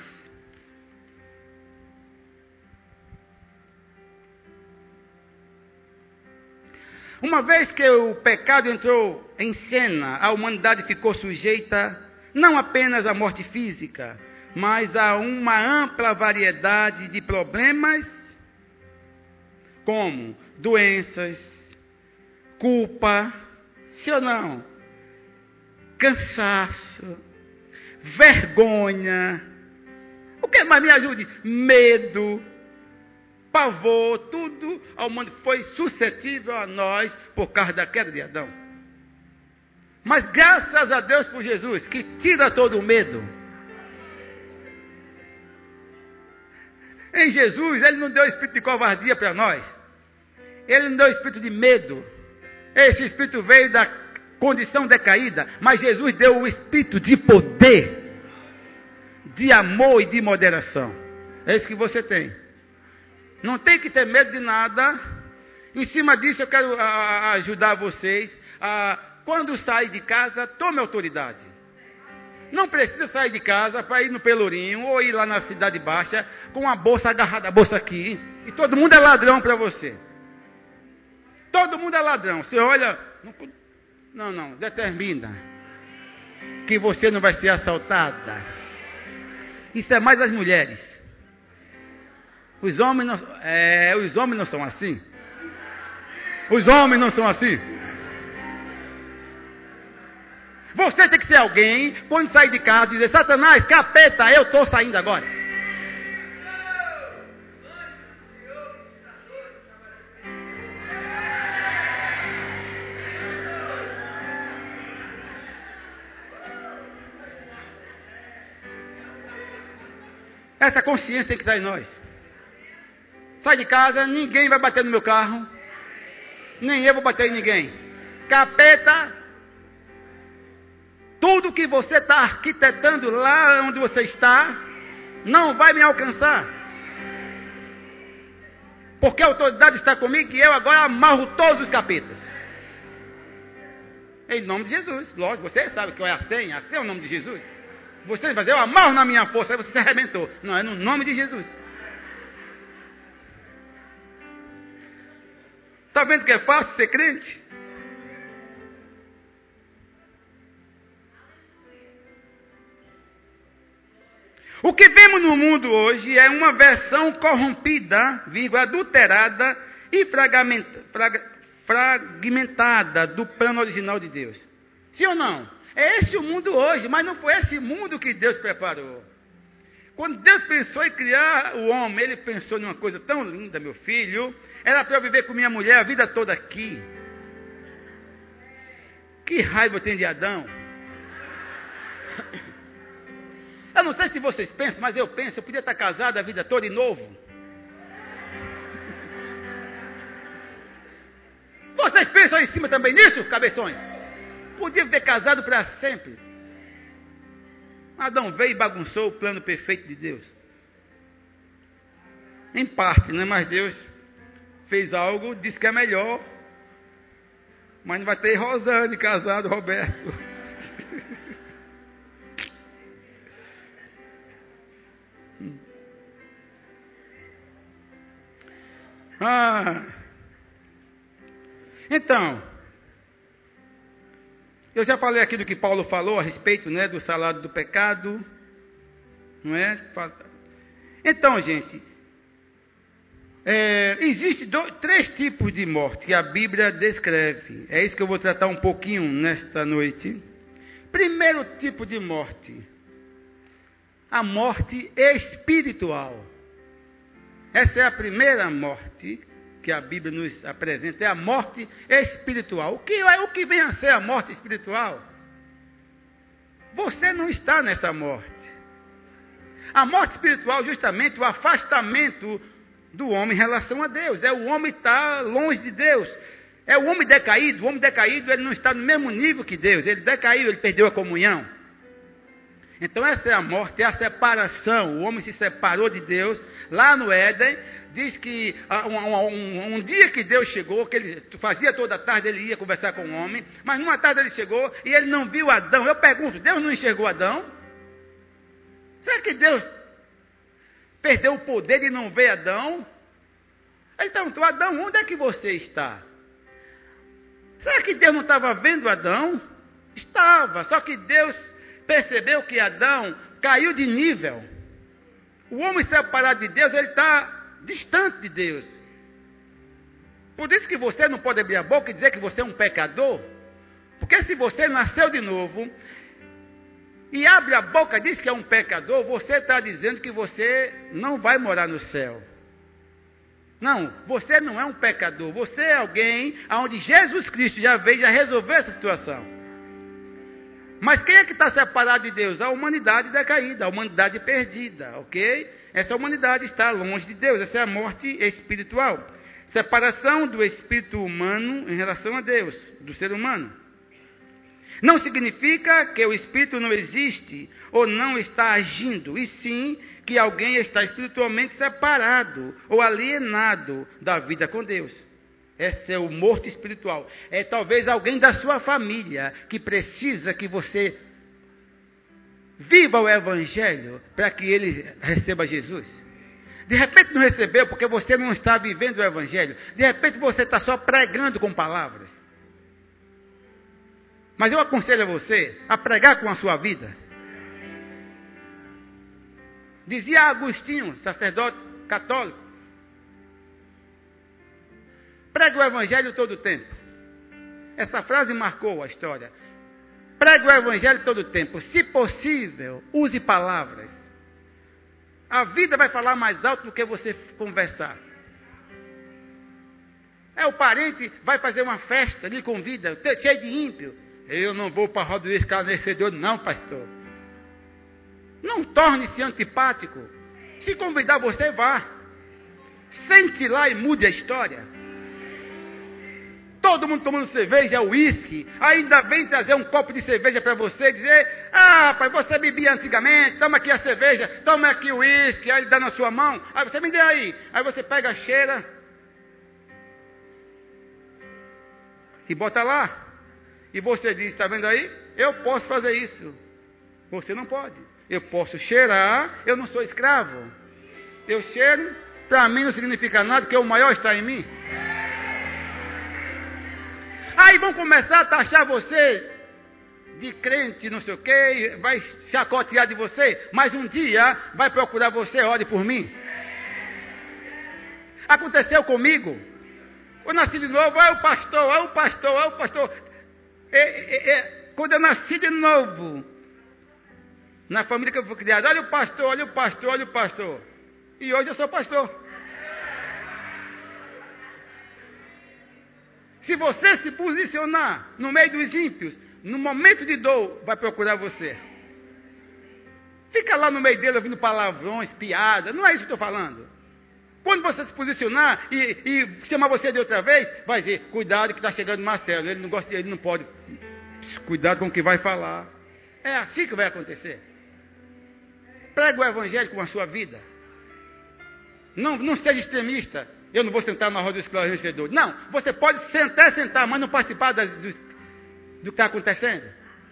Uma vez que o pecado entrou em cena, a humanidade ficou sujeita não apenas à morte física, mas a uma ampla variedade de problemas, como doenças, culpa, sim ou não? Cansaço, vergonha, o que mais me ajude? Medo, pavor, tudo ao mundo foi suscetível a nós por causa da queda de Adão. Mas graças a Deus por Jesus, que tira todo o medo. Em Jesus, Ele não deu espírito de covardia para nós. Ele não deu espírito de medo. Esse espírito veio da condição decaída. Mas Jesus deu o espírito de poder, de amor e de moderação. É isso que você tem. Não tem que ter medo de nada. Em cima disso eu quero a, a, ajudar vocês. A, quando sair de casa, tome autoridade. Não precisa sair de casa para ir no Pelourinho ou ir lá na Cidade Baixa com a bolsa agarrada, a bolsa aqui. E todo mundo é ladrão para você. Todo mundo é ladrão. Você olha... Não, não. Determina que você não vai ser assaltada. Isso é mais as mulheres. Os homens não, é, os homens não são assim. Os homens não são assim. Você tem que ser alguém, quando sair de casa, dizer, Satanás, capeta, eu estou saindo agora. Essa consciência tem que estar em nós. Sai de casa, ninguém vai bater no meu carro. Nem eu vou bater em ninguém. Capeta, tudo que você está arquitetando lá onde você está, não vai me alcançar. Porque a autoridade está comigo e eu agora amarro todos os capetas. Em nome de Jesus. Lógico, você sabe que é a senha. A senha é o nome de Jesus. Você vai dizer, eu amarro na minha força, aí você se arrebentou. Não, é no nome de Jesus. Está vendo que é fácil ser crente? O que vemos no mundo hoje é uma versão corrompida, vírgula, adulterada e fragmentada do plano original de Deus. Sim ou não? É esse o mundo hoje, mas não foi esse mundo que Deus preparou. Quando Deus pensou em criar o homem, Ele pensou numa coisa tão linda, meu filho. Era para eu viver com minha mulher a vida toda aqui. Que raiva eu tenho de Adão. Eu não sei se vocês pensam, mas eu penso, eu podia estar casado a vida toda de novo. Vocês pensam aí em cima também nisso, cabeções? Podia ter casado para sempre. Adão veio e bagunçou o plano perfeito de Deus. Em parte, né? Mas Deus fez algo, disse que é melhor. Mas não vai ter Rosane casado, Roberto. ah. Então, eu já falei aqui do que Paulo falou a respeito, né, do salário do pecado, não é? Então, gente, é, existem três tipos de morte que a Bíblia descreve. É isso que eu vou tratar um pouquinho nesta noite. Primeiro tipo de morte, a morte espiritual. Essa é a primeira morte que a Bíblia nos apresenta, é a morte espiritual. O que, o que vem a ser a morte espiritual? Você não está nessa morte. A morte espiritual, justamente, o afastamento do homem em relação a Deus. É o homem estar longe de Deus. É o homem decaído. O homem decaído, ele não está no mesmo nível que Deus. Ele decaiu, ele perdeu a comunhão. Então essa é a morte, é a separação. O homem se separou de Deus lá no Éden. Diz que um, um, um dia que Deus chegou, que ele fazia toda a tarde, ele ia conversar com o homem, mas numa tarde ele chegou e ele não viu Adão. Eu pergunto, Deus não enxergou Adão? Será que Deus perdeu o poder de não ver Adão? Então, Adão, onde é que você está? Será que Deus não estava vendo Adão? Estava, só que Deus percebeu que Adão caiu de nível. O homem separado de Deus, ele está distante de Deus. Por isso que você não pode abrir a boca e dizer que você é um pecador. Porque se você nasceu de novo e abre a boca e diz que é um pecador, você está dizendo que você não vai morar no céu. Não, você não é um pecador. Você é alguém onde Jesus Cristo já veio e já resolveu essa situação. Mas quem é que está separado de Deus? A humanidade decaída, a humanidade perdida, ok? Essa humanidade está longe de Deus. Essa é a morte espiritual. Separação do espírito humano em relação a Deus, do ser humano. Não significa que o espírito não existe ou não está agindo, e sim que alguém está espiritualmente separado ou alienado da vida com Deus. Esse é o morto espiritual. É talvez alguém da sua família que precisa que você viva o Evangelho para que ele receba Jesus. De repente não recebeu porque você não está vivendo o Evangelho. De repente você está só pregando com palavras. Mas eu aconselho a você a pregar com a sua vida. Dizia Agostinho, sacerdote católico, pregue o Evangelho todo o tempo. Essa frase marcou a história. Pregue o Evangelho todo o tempo. Se possível, use palavras. A vida vai falar mais alto do que você conversar. É, o parente vai fazer uma festa, lhe convida, cheio de ímpio. Eu não vou para a roda do escarnecedor, não, pastor. Não torne-se antipático. Se convidar você, vá. Sente lá e mude a história. Todo mundo tomando cerveja, uísque. Ainda vem trazer um copo de cerveja para você e dizer: ah, rapaz, você bebia antigamente, toma aqui a cerveja, toma aqui o uísque. Aí ele dá na sua mão. Aí você me dê aí. Aí você pega, cheira e bota lá. E você diz: está vendo aí? Eu posso fazer isso. Você não pode. Eu posso cheirar, eu não sou escravo. Eu cheiro, para mim não significa nada, porque o maior está em mim. Aí vão começar a taxar você de crente, não sei o quê, vai chacotear de você, mas um dia vai procurar você, ore por mim. Aconteceu comigo. Eu nasci de novo, é o pastor, é o pastor, é o pastor. É, é, é, quando eu nasci de novo, na família que eu fui criado, olha o pastor, olha o pastor, olha o pastor. E hoje eu sou pastor. Se você se posicionar no meio dos ímpios, no momento de dor, vai procurar você. Fica lá no meio dele ouvindo palavrões, piadas. Não é isso que eu estou falando. Quando você se posicionar e, e chamar você de outra vez, vai dizer, cuidado que está chegando Marcelo. Ele não gosta, ele não pode. Cuidado com o que vai falar. É assim que vai acontecer. Pregue o evangelho com a sua vida. Não, não seja extremista. Eu não vou sentar na roda dos esclarecedores. Não, você pode sentar, sentar, mas não participar das, do, do que está acontecendo.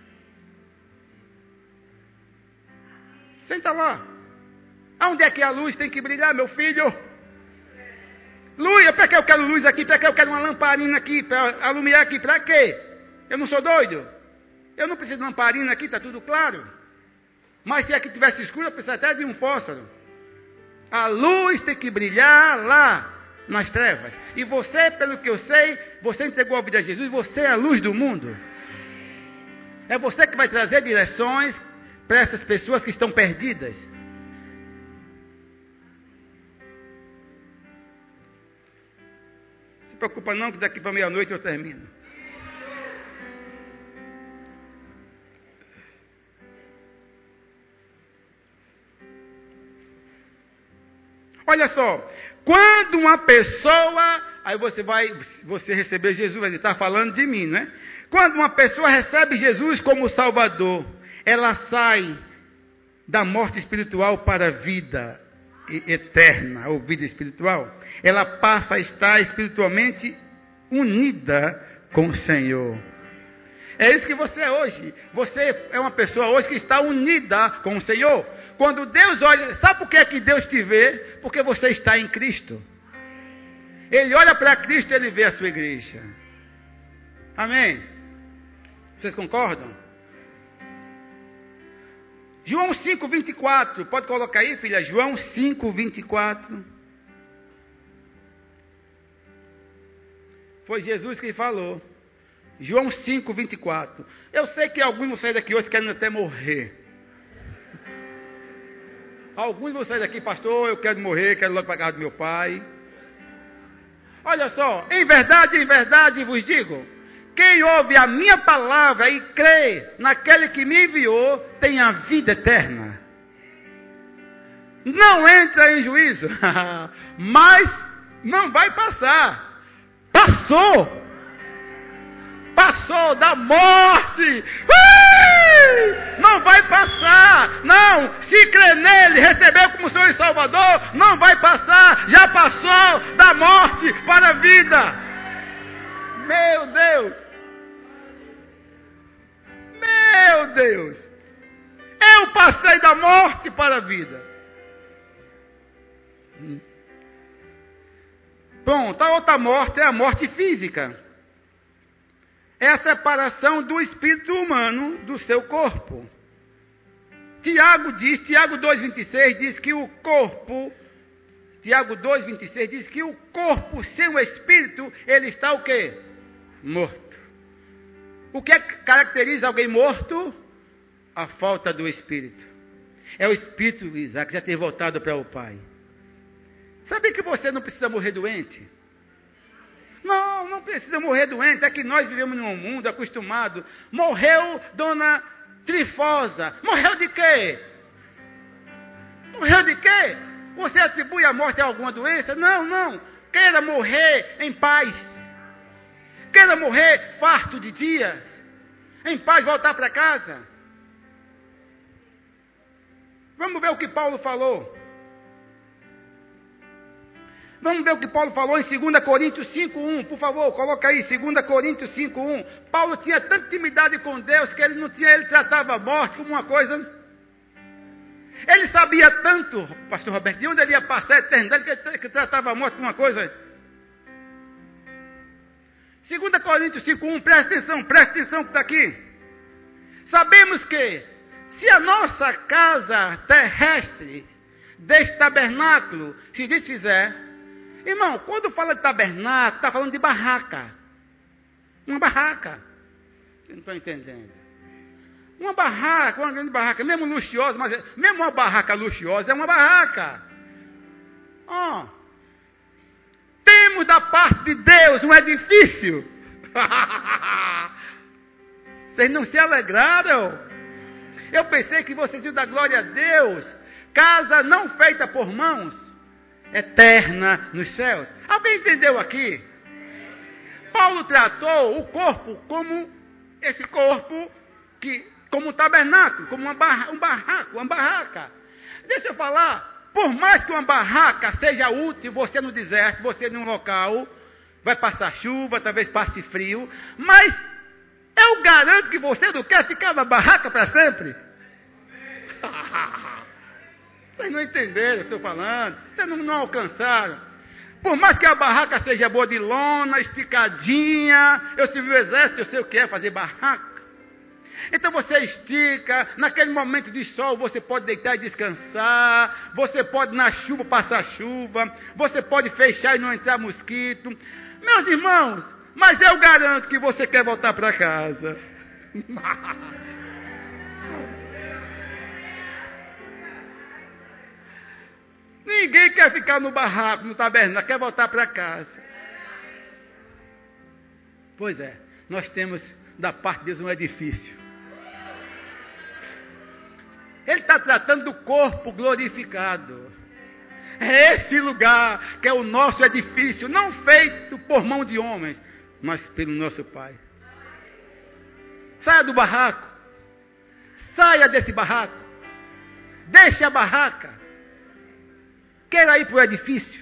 Senta lá. Aonde é que a luz tem que brilhar, meu filho? Luz, para que eu quero luz aqui? Para que eu quero uma lamparina aqui? Para alumiar aqui? Para quê? Eu não sou doido. Eu não preciso de lamparina aqui, está tudo claro. Mas se aqui tivesse escuro, eu precisaria até de um fósforo. A luz tem que brilhar lá, nas trevas. E você, pelo que eu sei, você entregou a vida a Jesus, você é a luz do mundo. É você que vai trazer direções para essas pessoas que estão perdidas. Se preocupa não, que daqui para meia-noite eu termino. Olha só, quando uma pessoa, aí você vai, você receber Jesus, vai dizer, está falando de mim, né? Quando uma pessoa recebe Jesus como Salvador, ela sai da morte espiritual para a vida eterna, ou vida espiritual. Ela passa a estar espiritualmente unida com o Senhor. É isso que você é hoje. Você é uma pessoa hoje que está unida com o Senhor. Quando Deus olha, sabe por que é que Deus te vê? Porque você está em Cristo. Ele olha para Cristo e ele vê a sua igreja. Amém? Vocês concordam? João cinco, vinte e quatro. Pode colocar aí, filha? João cinco, vinte e quatro. Foi Jesus quem falou. João cinco, vinte e quatro. Eu sei que alguns vão sair daqui hoje querendo até morrer. Alguns vão sair daqui, pastor, eu quero morrer, quero logo para a casa do meu pai. Olha só, em verdade, em verdade vos digo, quem ouve a minha palavra e crê naquele que me enviou, tem a vida eterna. Não entra em juízo, mas não vai passar. Passou. Passou da morte. Ui! Não vai passar. Não. Se crê nele, recebeu como Senhor e Salvador, não vai passar. Já passou da morte para a vida. Meu Deus. Meu Deus. Eu passei da morte para a vida. Pronto, a outra morte é a morte física. É a separação do espírito humano do seu corpo. Tiago diz, Tiago dois, vinte e seis, diz que o corpo, Tiago dois, vinte e seis, diz que o corpo sem o espírito, ele está o quê? Morto. O que é que caracteriza alguém morto? A falta do espírito. É o espírito, Isaac, já ter voltado para o Pai. Sabe que você não precisa morrer doente? Não, não precisa morrer doente. É que nós vivemos num mundo acostumado. Morreu Dona Trifosa. Morreu de quê? Morreu de quê? Você atribui a morte a alguma doença? Não, não. Queira morrer em paz. Queira morrer farto de dias. Em paz, voltar para casa. Vamos ver o que Paulo falou. Vamos ver o que Paulo falou em dois Coríntios cinco, um. Por favor, coloca aí, dois Coríntios cinco, um. Paulo tinha tanta intimidade com Deus que ele não tinha, ele tratava a morte como uma coisa. Ele sabia tanto, pastor Roberto, de onde ele ia passar a eternidade, que ele que tratava a morte como uma coisa. dois Coríntios cinco, um, presta atenção, presta atenção que está aqui. Sabemos que, se a nossa casa terrestre, deste tabernáculo, se desfizer. Irmão, quando fala de tabernáculo, está falando de barraca. Uma barraca. Vocês não estão entendendo. Uma barraca, uma grande barraca, mesmo luxuosa, mas é, mesmo uma barraca luxuosa é uma barraca. Oh. Temos da parte de Deus um edifício. Vocês não se alegraram? Eu pensei que vocês iam dar glória a Deus. Casa não feita por mãos, eterna nos céus. Alguém entendeu aqui? Paulo tratou o corpo como esse corpo, que, como um tabernáculo, como uma barra, um barraco, uma barraca. Deixa eu falar, por mais que uma barraca seja útil, você no deserto, você num local, vai passar chuva, talvez passe frio, mas eu garanto que você não quer ficar na barraca para sempre. Vocês não entenderam o que eu estou falando, vocês não, não alcançaram. Por mais que a barraca seja boa de lona, esticadinha, eu servi o exército, eu sei o que é fazer barraca. Então você estica, naquele momento de sol você pode deitar e descansar, você pode na chuva passar chuva, você pode fechar e não entrar mosquito. Meus irmãos, mas eu garanto que você quer voltar para casa. Ninguém quer ficar no barraco, no tabernáculo, quer voltar para casa. Pois é, nós temos da parte de Deus um edifício. Ele está tratando do corpo glorificado. É esse lugar que é o nosso edifício, não feito por mão de homens, mas pelo nosso Pai. Saia do barraco. Saia desse barraco. Deixe a barraca. Queira ir para o edifício.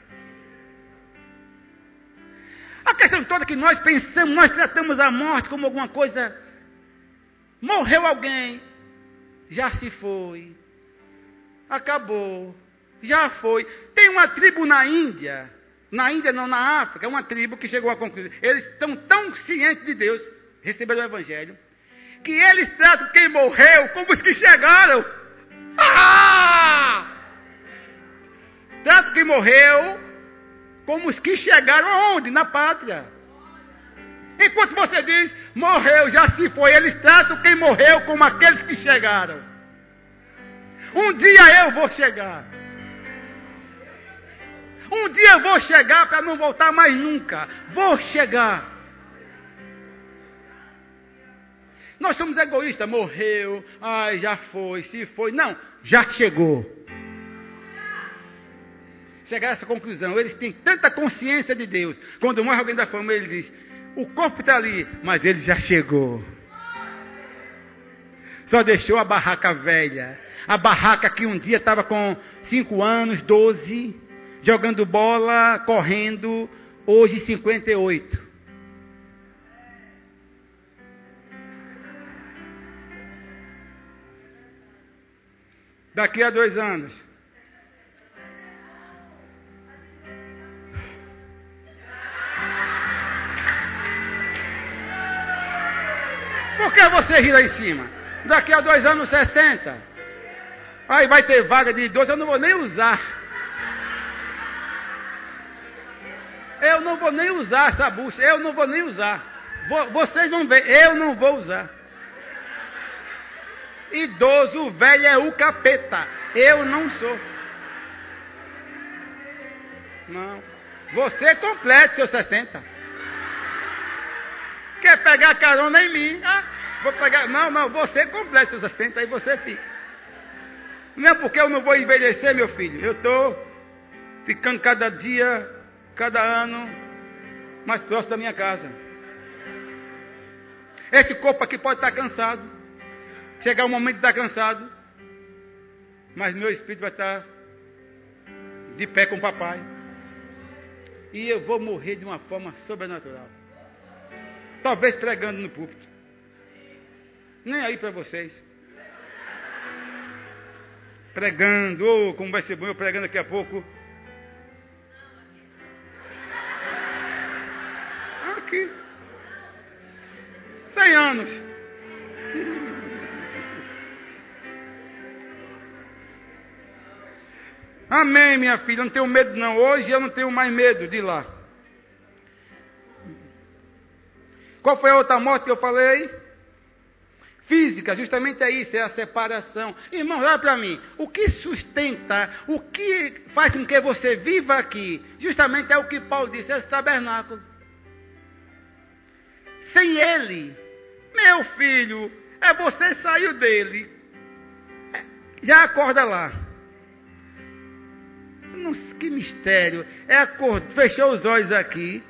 A questão toda é que nós pensamos, nós tratamos a morte como alguma coisa. Morreu alguém, já se foi, acabou, já foi. Tem uma tribo na Índia, na Índia não, na África, uma tribo que chegou à conclusão. Eles estão tão cientes de Deus, receberam o Evangelho, que eles tratam quem morreu como os que chegaram. Ah! Tratam quem morreu como os que chegaram aonde? Na pátria. Enquanto você diz, morreu, já se foi, eles tratam quem morreu como aqueles que chegaram. Um dia eu vou chegar. Um dia eu vou chegar para não voltar mais nunca. Vou chegar. Nós somos egoístas. Morreu, ai, já foi, se foi. Não, já chegou. Chegar a essa conclusão. Eles têm tanta consciência de Deus. Quando morre alguém da família, ele diz, o corpo está ali, mas ele já chegou. Só deixou a barraca velha. A barraca que um dia estava com cinco anos, doze, jogando bola, correndo, hoje cinquenta e oito. Daqui a dois anos. Por que você ri lá em cima? Daqui a dois anos, sessenta. Aí vai ter vaga de idoso, eu não vou nem usar. Eu não vou nem usar essa bucha, eu não vou nem usar. Vou, vocês vão ver, eu não vou usar. Idoso, velho é o capeta. Eu não sou. Não. Você complete seus sessenta. Quer pegar carona em mim? Ah, vou pegar. Não, não, você completa seus sessenta, aí você fica. Não é porque eu não vou envelhecer, meu filho. Eu estou ficando cada dia, cada ano, mais próximo da minha casa. Esse corpo aqui pode estar cansado. Chegar o momento de estar cansado. Mas meu espírito vai estar de pé com o papai. E eu vou morrer de uma forma sobrenatural. Talvez pregando no púlpito. Nem aí para vocês. Pregando, oh, como vai ser bom eu pregando daqui a pouco. Aqui. Cem anos. Amém, minha filha. Eu não tenho medo não. Hoje eu não tenho mais medo de ir lá. Qual foi a outra morte que eu falei? física, justamente é isso, é a separação. Irmão, olha para mim, o que sustenta, o que faz com que você viva aqui, justamente é o que Paulo disse, é esse tabernáculo. Sem ele, meu filho, é você saiu dele, já acorda lá. Nossa, que mistério, é acordo, fechou os olhos aqui,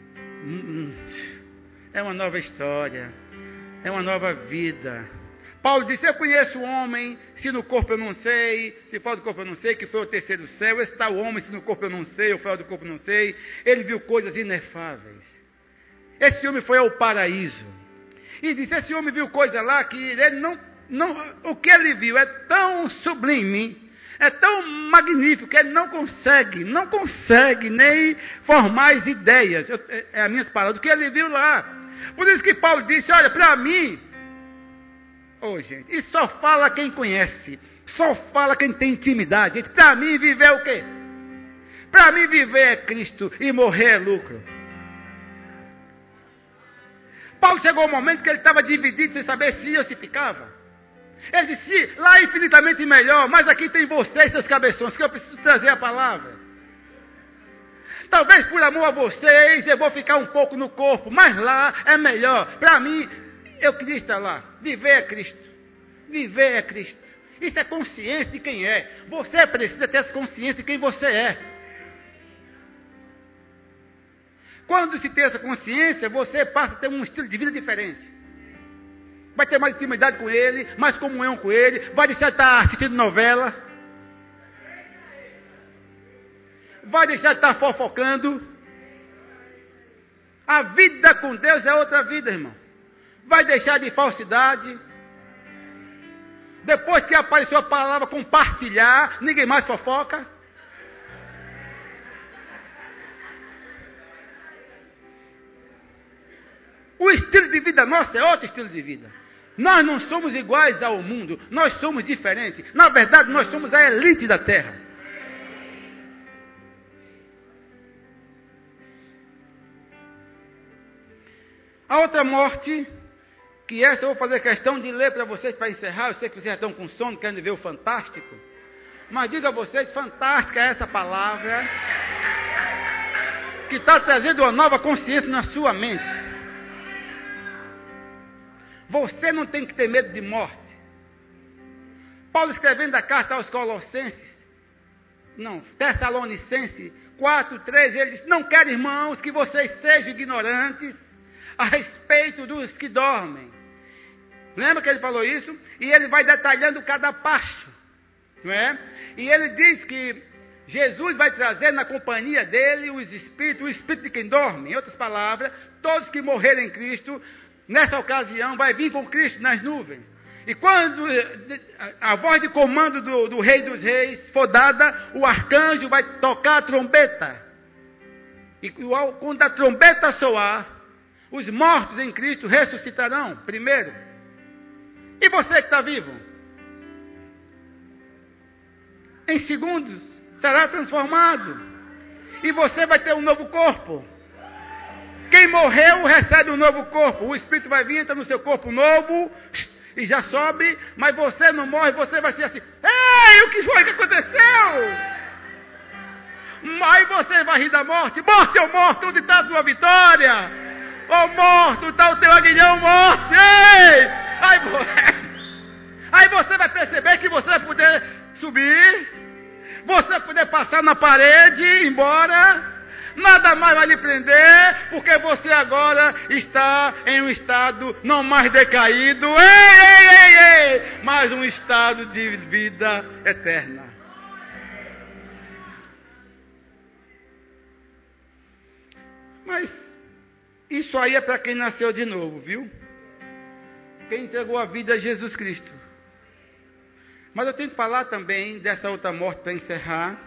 é uma nova história. É uma nova vida. Paulo disse, eu conheço o homem, se no corpo eu não sei, se fora do corpo eu não sei, que foi o terceiro céu. Esse está o homem, se no corpo eu não sei, ou fora do corpo eu não sei. Ele viu coisas inefáveis. Esse homem foi ao paraíso. E disse, esse homem viu coisa lá que ele não, não, o que ele viu é tão sublime, é tão magnífico, que ele não consegue, não consegue nem formar as ideias. Eu, é, é as minhas palavras, do que ele viu lá. Por isso que Paulo disse, olha, para mim, oh, gente, e só fala quem conhece, só fala quem tem intimidade. Para mim viver é o quê? Para mim viver é Cristo e morrer é lucro. Paulo chegou ao momento que ele estava dividido sem saber se ia ou se ficava. Ele disse, lá é infinitamente melhor, mas aqui tem vocês, seus cabeções, que eu preciso trazer a palavra. Talvez por amor a vocês, eu vou ficar um pouco no corpo, mas lá é melhor. Para mim, eu queria estar lá. Viver é Cristo. Viver é Cristo. Isso é consciência de quem é. Você precisa ter essa consciência de quem você é. Quando se tem essa consciência, você passa a ter um estilo de vida diferente. Vai ter mais intimidade com Ele, mais comunhão com Ele, vai deixar de estar assistindo novela. Vai deixar de estar fofocando. A vida com Deus é outra vida, irmão. Vai deixar de falsidade. Depois que apareceu a palavra compartilhar, ninguém mais fofoca. O estilo de vida nosso é outro estilo de vida. Nós não somos iguais ao mundo. Nós somos diferentes. Na verdade, nós somos a elite da terra. A outra morte, que essa eu vou fazer questão de ler para vocês para encerrar. Eu sei que vocês já estão com sono, querendo ver o fantástico. Mas digo a vocês, fantástica é essa palavra, que está trazendo uma nova consciência na sua mente. Você não tem que ter medo de morte. Paulo escrevendo a carta aos Colossenses, não, Tessalonicenses quatro, três, ele diz, não quero, irmãos, que vocês sejam ignorantes a respeito dos que dormem. Lembra que ele falou isso? E ele vai detalhando cada passo, não é? E ele diz que Jesus vai trazer na companhia dele os espíritos, o espírito de quem dorme. Em outras palavras, todos que morrerem em Cristo, nessa ocasião, vai vir com Cristo nas nuvens. E quando a voz de comando do, do Rei dos Reis for dada, o arcanjo vai tocar a trombeta. E quando a trombeta soar, os mortos em Cristo ressuscitarão primeiro. E você que está vivo? Em segundos será transformado. E você vai ter um novo corpo. Quem morreu recebe um novo corpo. O Espírito vai vir, entra no seu corpo novo e já sobe. Mas você não morre, você vai ser assim. Ei, o que foi que aconteceu? Aí você vai rir da morte. Morte ou morte, onde está a sua vitória? Ô oh, morto, está o teu aguilhão morto. Ei! Aí, aí você vai perceber que você vai poder subir. Você vai poder passar na parede, ir embora. Nada mais vai lhe prender, porque você agora está em um estado não mais decaído. Ei, ei, ei, ei! Mas um estado de vida eterna. Mas isso aí é para quem nasceu de novo, viu? Quem entregou a vida a Jesus Cristo. Mas eu tenho que falar também dessa outra morte para encerrar.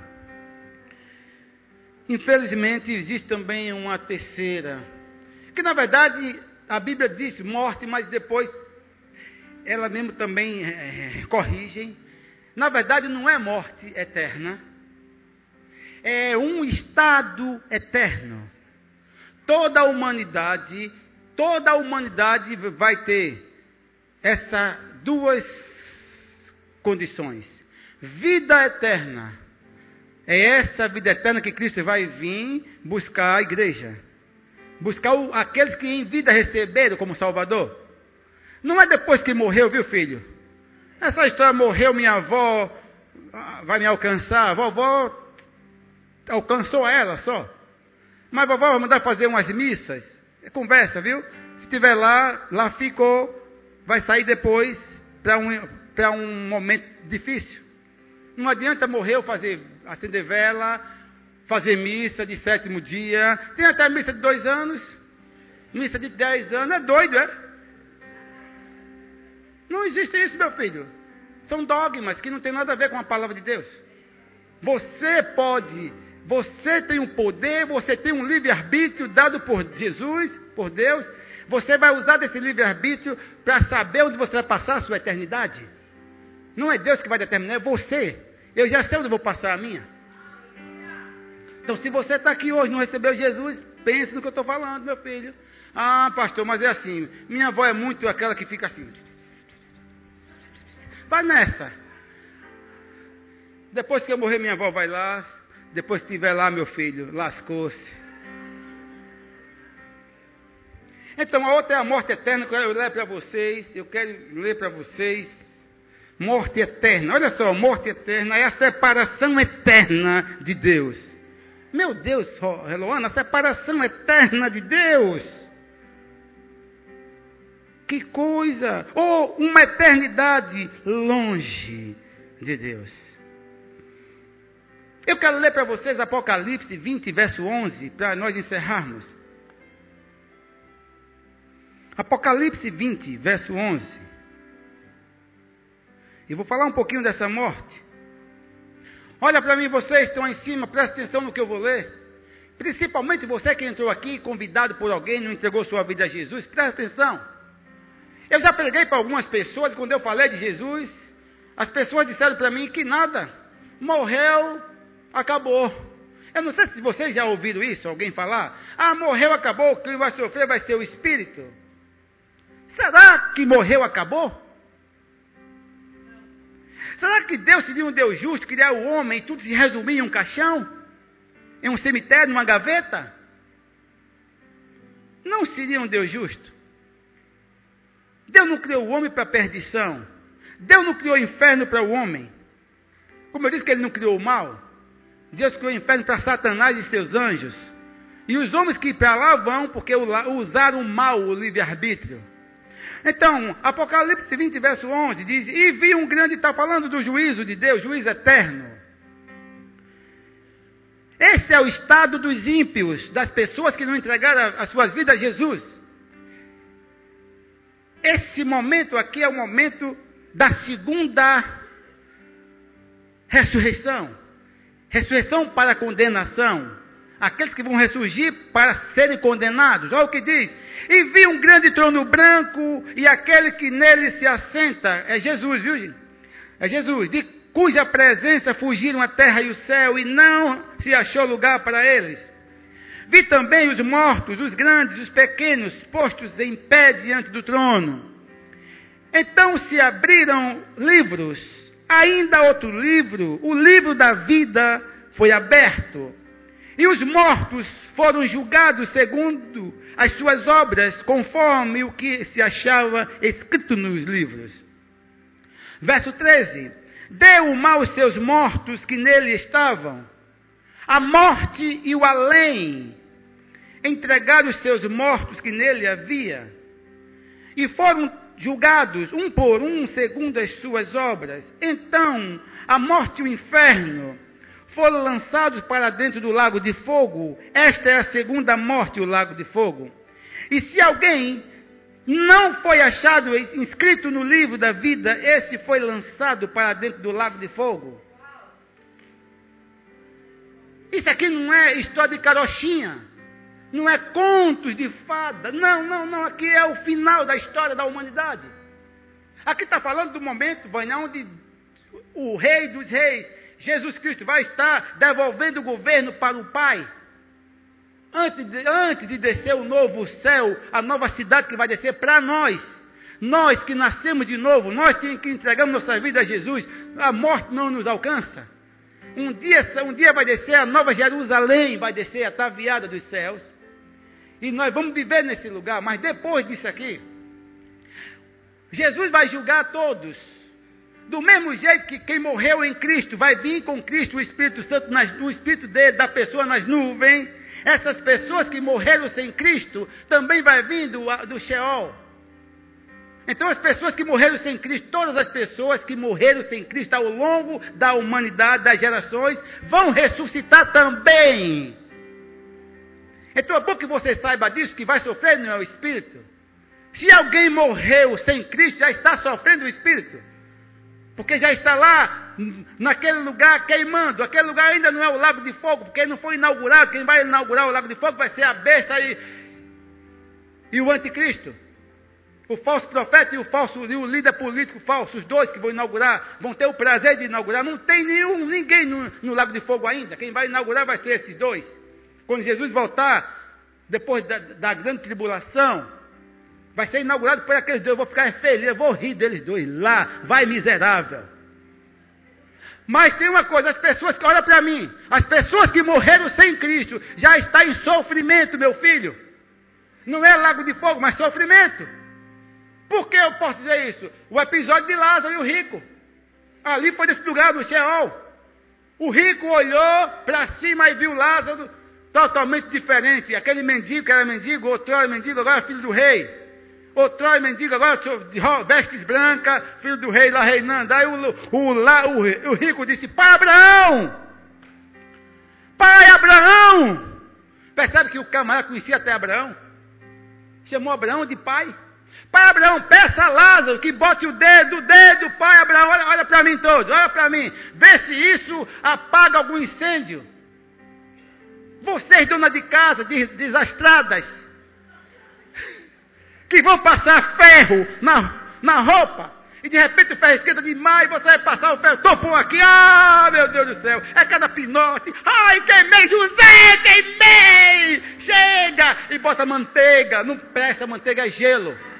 Infelizmente existe também uma terceira. Que na verdade a Bíblia diz morte, mas depois ela mesmo também é, corrige. Na verdade não é morte eterna. É um estado eterno. Toda a humanidade, toda a humanidade vai ter essas duas condições. Vida eterna. É essa vida eterna que Cristo vai vir buscar a igreja. Buscar o, aqueles que em vida receberam como Salvador. Não é depois que morreu, viu, filho? Essa história, morreu minha avó, vai me alcançar. A vovó alcançou ela só. Mas a vovó vai mandar fazer umas missas. É conversa, viu? Se estiver lá, lá ficou, vai sair depois para um, para um momento difícil. Não adianta morrer, fazer, acender vela, fazer missa de sétimo dia. Tem até missa de dois anos, missa de dez anos. É doido, é? Não existe isso, meu filho. São dogmas que não tem nada a ver com a palavra de Deus. Você pode, você tem um poder, você tem um livre-arbítrio dado por Jesus, por Deus. Você vai usar desse livre-arbítrio para saber onde você vai passar a sua eternidade. Não é Deus que vai determinar, é você. Eu já sei onde eu vou passar a minha. Então, se você está aqui hoje e não recebeu Jesus, pense no que eu estou falando, meu filho. Ah, pastor, mas é assim. Minha avó é muito aquela que fica assim. Vai nessa. Depois que eu morrer, minha avó vai lá. Depois que estiver lá, meu filho, lascou-se. Então, a outra é a morte eterna, que eu quero ler para vocês. Eu quero ler para vocês. Morte eterna. Olha só, morte eterna é a separação eterna de Deus. Meu Deus, Eloana, a separação eterna de Deus. Que coisa! Ou oh, uma eternidade longe de Deus. Eu quero ler para vocês Apocalipse vinte, verso onze, para nós encerrarmos. Apocalipse vinte, verso onze. E vou falar um pouquinho dessa morte. Olha para mim, vocês estão aí em cima, presta atenção no que eu vou ler. Principalmente você que entrou aqui, convidado por alguém, não entregou sua vida a Jesus, presta atenção. Eu já preguei para algumas pessoas, quando eu falei de Jesus, as pessoas disseram para mim que nada, morreu, acabou. Eu não sei se vocês já ouviram isso, alguém falar. Ah, morreu, acabou, quem vai sofrer vai ser o Espírito. Será que morreu, acabou? Será que Deus seria um Deus justo, criar o homem e tudo se resumir em um caixão? Em um cemitério, numa gaveta? Não seria um Deus justo. Deus não criou o homem para perdição. Deus não criou o inferno para o homem. Como eu disse que ele não criou o mal. Deus criou o inferno para Satanás e seus anjos. E os homens que para lá vão porque usaram mal o livre-arbítrio. Então, Apocalipse vinte, verso onze, diz, e vi um grande, está falando do juízo de Deus, juízo eterno. Esse é o estado dos ímpios, das pessoas que não entregaram as suas vidas a Jesus. Esse momento aqui é o momento da segunda ressurreição. Ressurreição para a condenação. Aqueles que vão ressurgir para serem condenados. Olha o que diz. E vi um grande trono branco e aquele que nele se assenta. É Jesus, viu, gente? É Jesus. De cuja presença fugiram a terra e o céu e não se achou lugar para eles. Vi também os mortos, os grandes, os pequenos, postos em pé diante do trono. Então se abriram livros. Ainda outro livro, o livro da vida, foi aberto. E os mortos foram julgados segundo as suas obras, conforme o que se achava escrito nos livros. Verso treze. Deu o mal aos seus mortos que nele estavam. A morte e o além entregaram os seus mortos que nele havia. E foram julgados, um por um, segundo as suas obras. Então, a morte e o inferno foram lançados para dentro do lago de fogo. Esta é a segunda morte, o lago de fogo. E se alguém não foi achado inscrito no livro da vida, esse foi lançado para dentro do lago de fogo. Isso aqui não é história de carochinha. Não é contos de fada. Não, não, não. Aqui é o final da história da humanidade. Aqui está falando do momento, onde o Rei dos Reis, Jesus Cristo, vai estar devolvendo o governo para o Pai. Antes de, antes de descer o novo céu, a nova cidade que vai descer para nós. Nós que nascemos de novo, nós que entregamos nossa vida a Jesus, a morte não nos alcança. Um dia, um dia vai descer a nova Jerusalém, vai descer ataviada dos céus. E nós vamos viver nesse lugar. Mas depois disso aqui, Jesus vai julgar todos. Do mesmo jeito que quem morreu em Cristo vai vir com Cristo, o Espírito Santo, nas, o Espírito dele, da pessoa nas nuvens. Essas pessoas que morreram sem Cristo também vai vir do, do Sheol. Então as pessoas que morreram sem Cristo, todas as pessoas que morreram sem Cristo ao longo da humanidade, das gerações, vão ressuscitar também. Então é bom que você saiba disso, que vai sofrer não é o Espírito. Se alguém morreu sem Cristo, já está sofrendo o Espírito. Porque já está lá, naquele lugar queimando. Aquele lugar ainda não é o lago de fogo, porque não foi inaugurado. Quem vai inaugurar o lago de fogo vai ser a besta e, e o anticristo. O falso profeta e o falso e o líder político falso, os dois que vão inaugurar, vão ter o prazer de inaugurar. Não tem nenhum, ninguém no, no lago de fogo ainda. Quem vai inaugurar vai ser esses dois. Quando Jesus voltar, depois da, da grande tribulação, vai ser inaugurado por aqueles dois. Eu vou ficar feliz, eu vou rir deles dois lá. Vai miserável. Mas tem uma coisa, as pessoas que, olha para mim, as pessoas que morreram sem Cristo, já estão em sofrimento, meu filho. Não é lago de fogo, mas sofrimento. Por que eu posso dizer isso? O episódio de Lázaro e o rico. Ali foi nesse lugar do Sheol. O rico olhou para cima e viu Lázaro totalmente diferente. Aquele mendigo que era mendigo, outro era mendigo, agora filho do rei. Outro era mendigo, agora de vestes brancas, filho do rei lá reinando. Aí o, o, o, o rico disse, pai Abraão! Pai Abraão! Percebe que o camarada conhecia até Abraão? Chamou Abraão de pai. Pai Abraão, peça a Lázaro que bote o dedo, o dedo, pai Abraão, olha, olha para mim todos, olha para mim. Vê se isso apaga algum incêndio. Vocês, dona de casa, desastradas, que vão passar ferro na, na roupa, e de repente o ferro esquenta demais, você vai passar o ferro, topou aqui, ah, meu Deus do céu, é cada pinote, ai, queimei, José, queimei, chega, e bota manteiga, não presta, manteiga é gelo.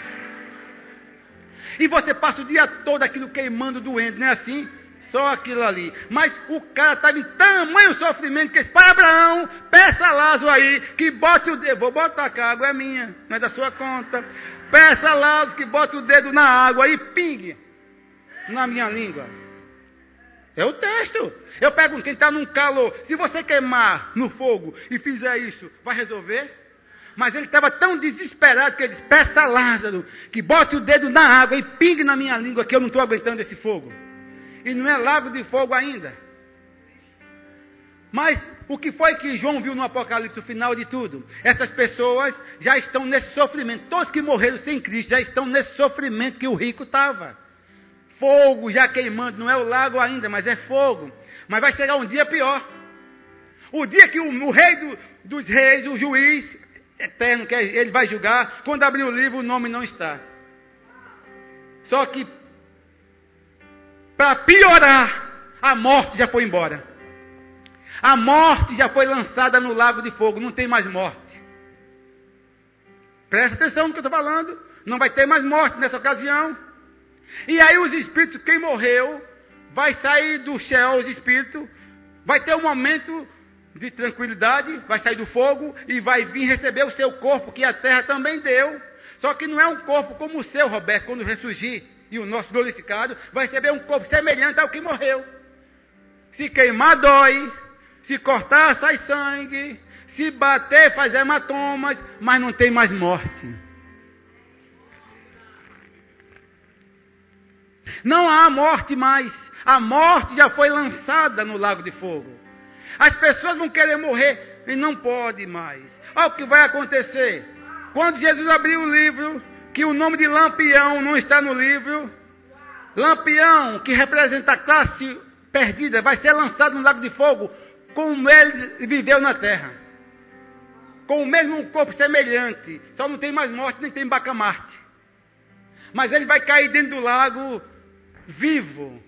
E você passa o dia todo aquilo queimando, doendo, não é assim? Só aquilo ali. Mas o cara estava em tamanho sofrimento que disse, pai Abraão, peça a Lázaro aí, que bote o dedo, vou botar cá, a água é minha, não é da sua conta. Peça a Lázaro que bote o dedo na água e pingue na minha língua. É o texto. Eu pergunto, quem está num calor, se você queimar no fogo e fizer isso, vai resolver? Mas ele estava tão desesperado que ele disse, peça a Lázaro que bote o dedo na água e pingue na minha língua que eu não estou aguentando esse fogo. E não é lago de fogo ainda. Mas o que foi que João viu no Apocalipse, o final de tudo? Essas pessoas já estão nesse sofrimento. Todos que morreram sem Cristo já estão nesse sofrimento que o rico estava. Fogo já queimando, não é o lago ainda, mas é fogo. Mas vai chegar um dia pior. O dia que o, o rei do, dos reis, o juiz eterno, que ele vai julgar, quando abrir o livro o nome não está. Só que, para piorar, a morte já foi embora. A morte já foi lançada no lago de fogo, não tem mais morte. Presta atenção no que eu estou falando, não vai ter mais morte nessa ocasião. E aí os espíritos, quem morreu, vai sair do Sheol, os espíritos, vai ter um momento de tranquilidade, vai sair do fogo e vai vir receber o seu corpo, que a terra também deu. Só que não é um corpo como o seu, Roberto, quando ressurgir, e o nosso glorificado, vai receber um corpo semelhante ao que morreu. Se queimar, dói. Se cortar, sai sangue. Se bater, faz hematomas, mas não tem mais morte. Não há morte mais. A morte já foi lançada no lago de fogo. As pessoas vão querer morrer e não pode mais. Olha o que vai acontecer. Quando Jesus abriu o livro, que o nome de Lampião não está no livro, Lampião, que representa a classe perdida, vai ser lançado no lago de fogo, como ele viveu na terra. Com o mesmo corpo semelhante. Só não tem mais morte, nem tem bacamarte. Mas ele vai cair dentro do lago vivo.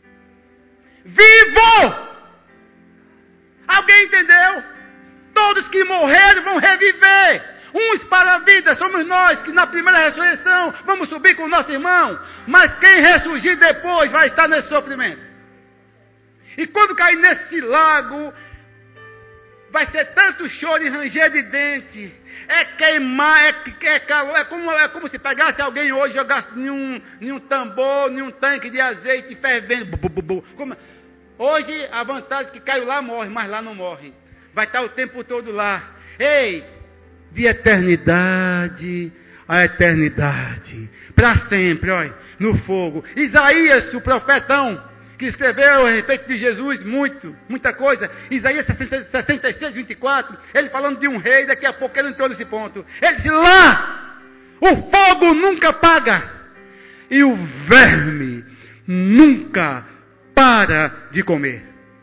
Vivo! Alguém entendeu? Todos que morreram vão reviver. Uns para a vida somos nós, que na primeira ressurreição vamos subir com o nosso irmão. Mas quem ressurgir depois vai estar nesse sofrimento. E quando cair nesse lago, vai ser tanto choro e ranger de dente. É queimar, é, é calor, é como, é como se pegasse alguém hoje e jogasse em um, em um tambor, em um tanque de azeite fervendo. Bu, bu, bu, bu. Como, hoje a vantagem é que caiu lá morre, mas lá não morre. Vai estar o tempo todo lá. Ei, de eternidade a eternidade, para sempre, olha, no fogo. Isaías, o profetão, que escreveu a respeito de Jesus muito, muita coisa. Isaías sessenta e seis, vinte e quatro, ele falando de um rei, daqui a pouco ele entrou nesse ponto. Ele disse, lá, o fogo nunca apaga, e o verme nunca para de comer.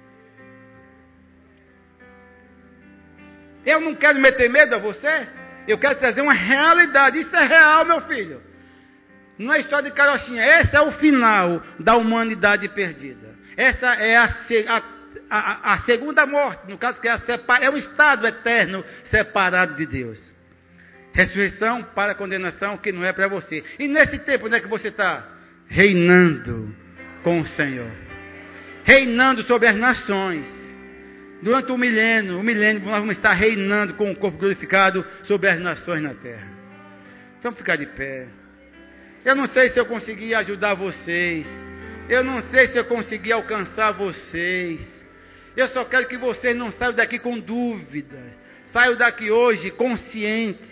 Eu não quero meter medo a você, eu quero trazer uma realidade, isso é real, meu filho. Não é história de carochinha. Esse é o final da humanidade perdida. Essa é a, a, a, a segunda morte. No caso, que é, a separa, é um estado eterno separado de Deus. Ressurreição para a condenação que não é para você. E nesse tempo, onde é que você está? Reinando com o Senhor. Reinando sobre as nações. Durante o milênio, o milênio, nós vamos estar reinando com o corpo glorificado sobre as nações na terra. Vamos ficar de pé. Eu não sei se eu consegui ajudar vocês. Eu não sei se eu consegui alcançar vocês. Eu só quero que vocês não saiam daqui com dúvidas. Saiam daqui hoje conscientes.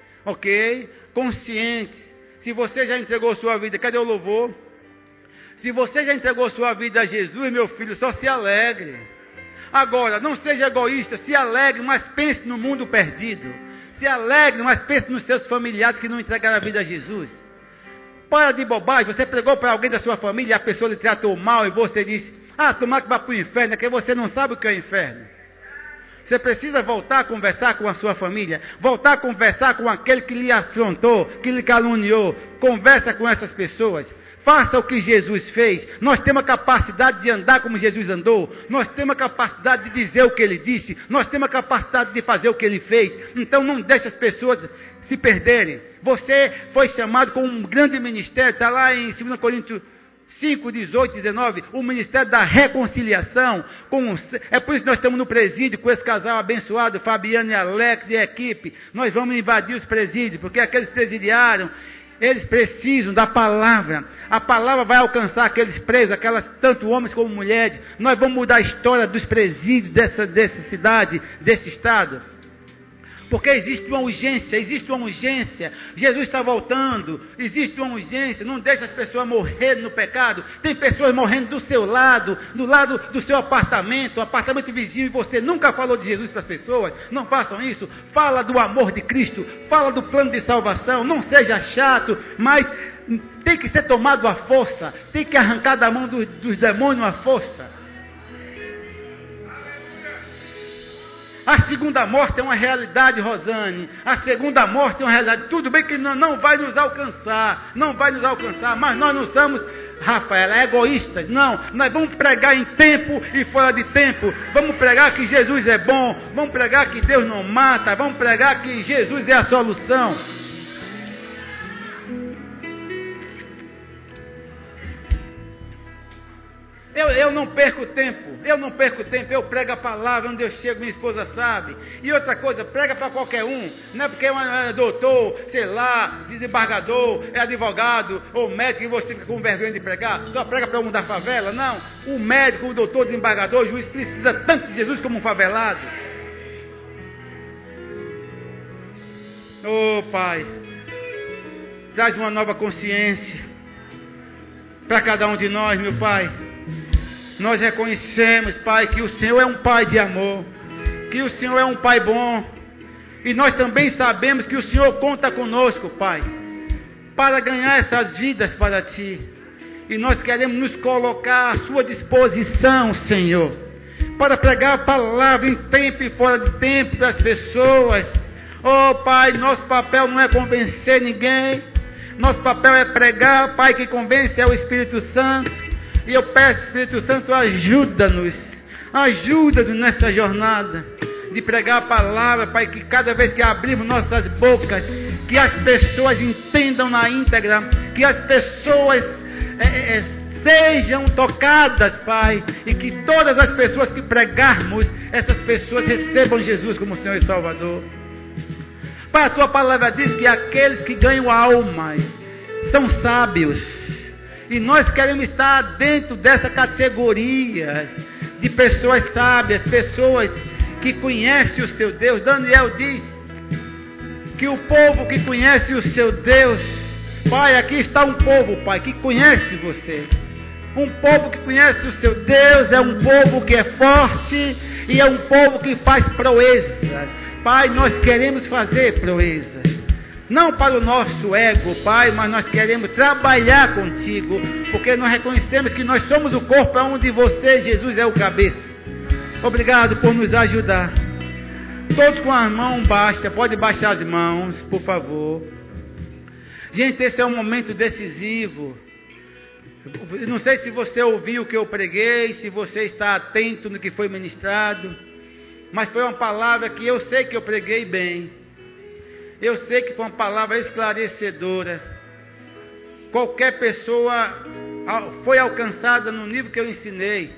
Ok? Conscientes. Se você já entregou sua vida, cadê o louvor? Se você já entregou sua vida a Jesus, meu filho, só se alegre. Agora, não seja egoísta, se alegre, mas pense no mundo perdido. Se alegre, mas pense nos seus familiares que não entregaram a vida a Jesus. Para de bobagem, você pregou para alguém da sua família e a pessoa lhe tratou mal e você disse, ah, tomara que vá para o inferno, é que você não sabe o que é o inferno. Você precisa voltar a conversar com a sua família, voltar a conversar com aquele que lhe afrontou, que lhe caluniou. Conversa com essas pessoas. Faça o que Jesus fez. Nós temos a capacidade de andar como Jesus andou. Nós temos a capacidade de dizer o que ele disse. Nós temos a capacidade de fazer o que ele fez. Então não deixe as pessoas se perderem. Você foi chamado com um grande ministério. Está lá em dois Coríntios cinco, dezoito, dezenove. O ministério da reconciliação. Com, é por isso que nós estamos no presídio com esse casal abençoado, Fabiano e Alex e a equipe. Nós vamos invadir os presídios, porque aqueles presidiários, eles precisam da palavra. A palavra vai alcançar aqueles presos, aquelas, tanto homens como mulheres. Nós vamos mudar a história dos presídios dessa, dessa cidade, desse estado. Porque existe uma urgência, existe uma urgência. Jesus está voltando, existe uma urgência. Não deixe as pessoas morrerem no pecado. Tem pessoas morrendo do seu lado, do lado do seu apartamento, um apartamento vizinho, e você nunca falou de Jesus para as pessoas. Não façam isso. Fala do amor de Cristo, fala do plano de salvação. Não seja chato, mas tem que ser tomado à força. Tem que arrancar da mão do, dos demônios à força. A segunda morte é uma realidade, Rosane. A segunda morte é uma realidade. Tudo bem que não, não vai nos alcançar. Não vai nos alcançar. Mas nós não somos, Rafaela, egoístas. Não. Nós vamos pregar em tempo e fora de tempo. Vamos pregar que Jesus é bom. Vamos pregar que Deus não mata. Vamos pregar que Jesus é a solução. Eu, eu não perco tempo, eu não perco tempo, eu prego a palavra onde eu chego, minha esposa sabe. E outra coisa, prega para qualquer um, não é porque é doutor, sei lá, desembargador, é advogado ou médico e você fica com vergonha de pregar, só prega para um da favela, não. O médico, o doutor, o desembargador, o juiz precisa tanto de Jesus como um favelado. Oh Pai, traz uma nova consciência para cada um de nós, meu Pai. Nós reconhecemos, Pai, que o Senhor é um Pai de amor, que o Senhor é um Pai bom, e nós também sabemos que o Senhor conta conosco, Pai, para ganhar essas vidas para Ti, e nós queremos nos colocar à Sua disposição, Senhor, para pregar a palavra em tempo e fora de tempo para as pessoas. Oh Pai, nosso papel não é convencer ninguém, nosso papel é pregar. Pai, que convence é o Espírito Santo. E eu peço, Espírito Santo, ajuda-nos, ajuda-nos nessa jornada. de pregar a palavra, Pai, que cada vez que abrimos nossas bocas, que as pessoas entendam na íntegra, que as pessoas é, é, sejam tocadas, Pai, e que todas as pessoas que pregarmos, essas pessoas recebam Jesus como Senhor e Salvador. Pai, a tua palavra diz que aqueles que ganham almas são sábios, e nós queremos estar dentro dessa categoria de pessoas sábias, pessoas que conhecem o seu Deus. Daniel diz que o povo que conhece o seu Deus, Pai, aqui está um povo, Pai, que conhece você. Um povo que conhece o seu Deus, é um povo que é forte e é um povo que faz proezas. Pai, nós queremos fazer proezas. Não para o nosso ego, Pai, mas nós queremos trabalhar contigo, porque nós reconhecemos que nós somos o corpo onde você, Jesus, é o cabeça. Obrigado por nos ajudar. Todos com as mãos baixas, pode baixar as mãos, por favor. Gente, esse é um momento decisivo. Não sei se você ouviu o que eu preguei, se você está atento no que foi ministrado, mas foi uma palavra que eu sei que eu preguei bem. Eu sei que foi uma palavra esclarecedora. Qualquer pessoa foi alcançada no nível que eu ensinei.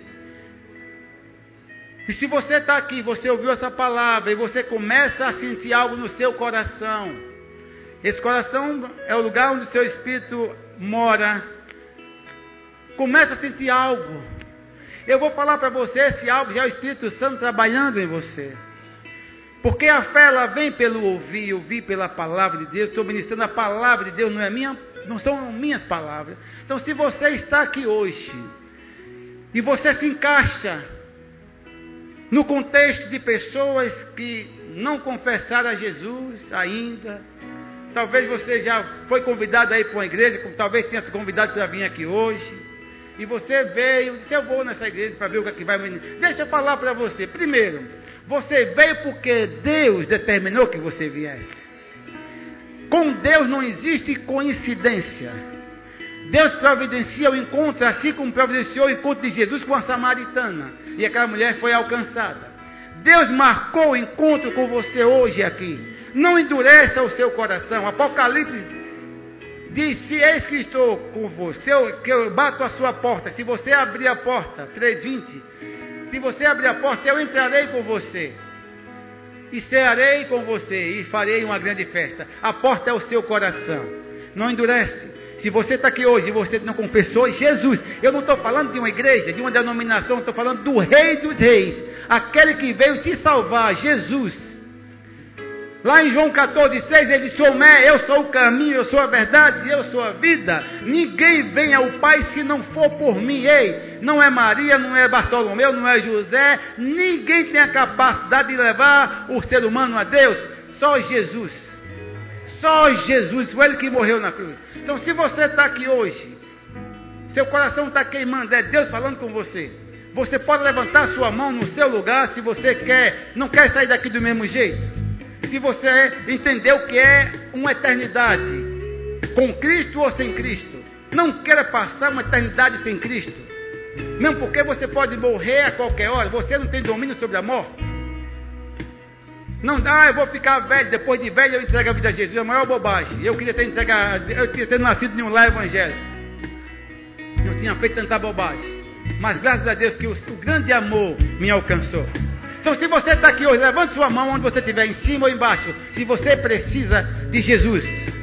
E se você está aqui, você ouviu essa palavra e você começa a sentir algo no seu coração, esse coração é o lugar onde o seu espírito mora. Começa a sentir algo. Eu vou falar para você, esse algo já é o Espírito Santo trabalhando em você. Porque a fé, ela vem pelo ouvir, ouvir pela palavra de Deus. Estou ministrando a palavra de Deus, não é minha, não são minhas palavras. Então, se você está aqui hoje e você se encaixa no contexto de pessoas que não confessaram a Jesus ainda, talvez você já foi convidado a ir para uma igreja, como talvez tenha se convidado para vir aqui hoje, e você veio, disse, eu vou nessa igreja para ver o que, é que vai me... Deixa eu falar para você. Primeiro, você veio porque Deus determinou que você viesse. Com Deus não existe coincidência. Deus providencia o encontro, assim como providenciou o encontro de Jesus com a samaritana, e aquela mulher foi alcançada. Deus marcou o encontro com você hoje aqui. Não endureça o seu coração. Apocalipse diz, se eis que estou com você, eu, que eu bato a sua porta, se você abrir a porta, três vinte, se você abrir a porta, eu entrarei com você, e cearei com você, e farei uma grande festa. A porta é o seu coração, não endurece. Se você está aqui hoje e você não confessou Jesus, eu não estou falando de uma igreja, de uma denominação, estou falando do Rei dos Reis, aquele que veio te salvar, Jesus. Lá em João catorze, seis, ele diz, eu sou o caminho, eu sou a verdade, eu sou a vida. Ninguém vem ao Pai se não for por mim. Ei, não é Maria, não é Bartolomeu, não é José. Ninguém tem a capacidade de levar o ser humano a Deus. Só Jesus. Só Jesus, foi Ele que morreu na cruz. Então, se você está aqui hoje, seu coração está queimando, é Deus falando com você. Você pode levantar sua mão no seu lugar, se você quer, não quer sair daqui do mesmo jeito. Se você entendeu o que é uma eternidade, com Cristo ou sem Cristo, não queira passar uma eternidade sem Cristo. Não, porque você pode morrer a qualquer hora, você não tem domínio sobre a morte. Não dá, ah, eu vou ficar velho, depois de velho eu entrego a vida a Jesus, é a maior bobagem. Eu queria ter entregado, eu queria ter nascido em um lar evangélico. Não tinha feito tanta bobagem. Mas graças a Deus que o, o grande amor me alcançou. Então, se você está aqui hoje, levante sua mão onde você estiver, em cima ou embaixo. Se você precisa de Jesus,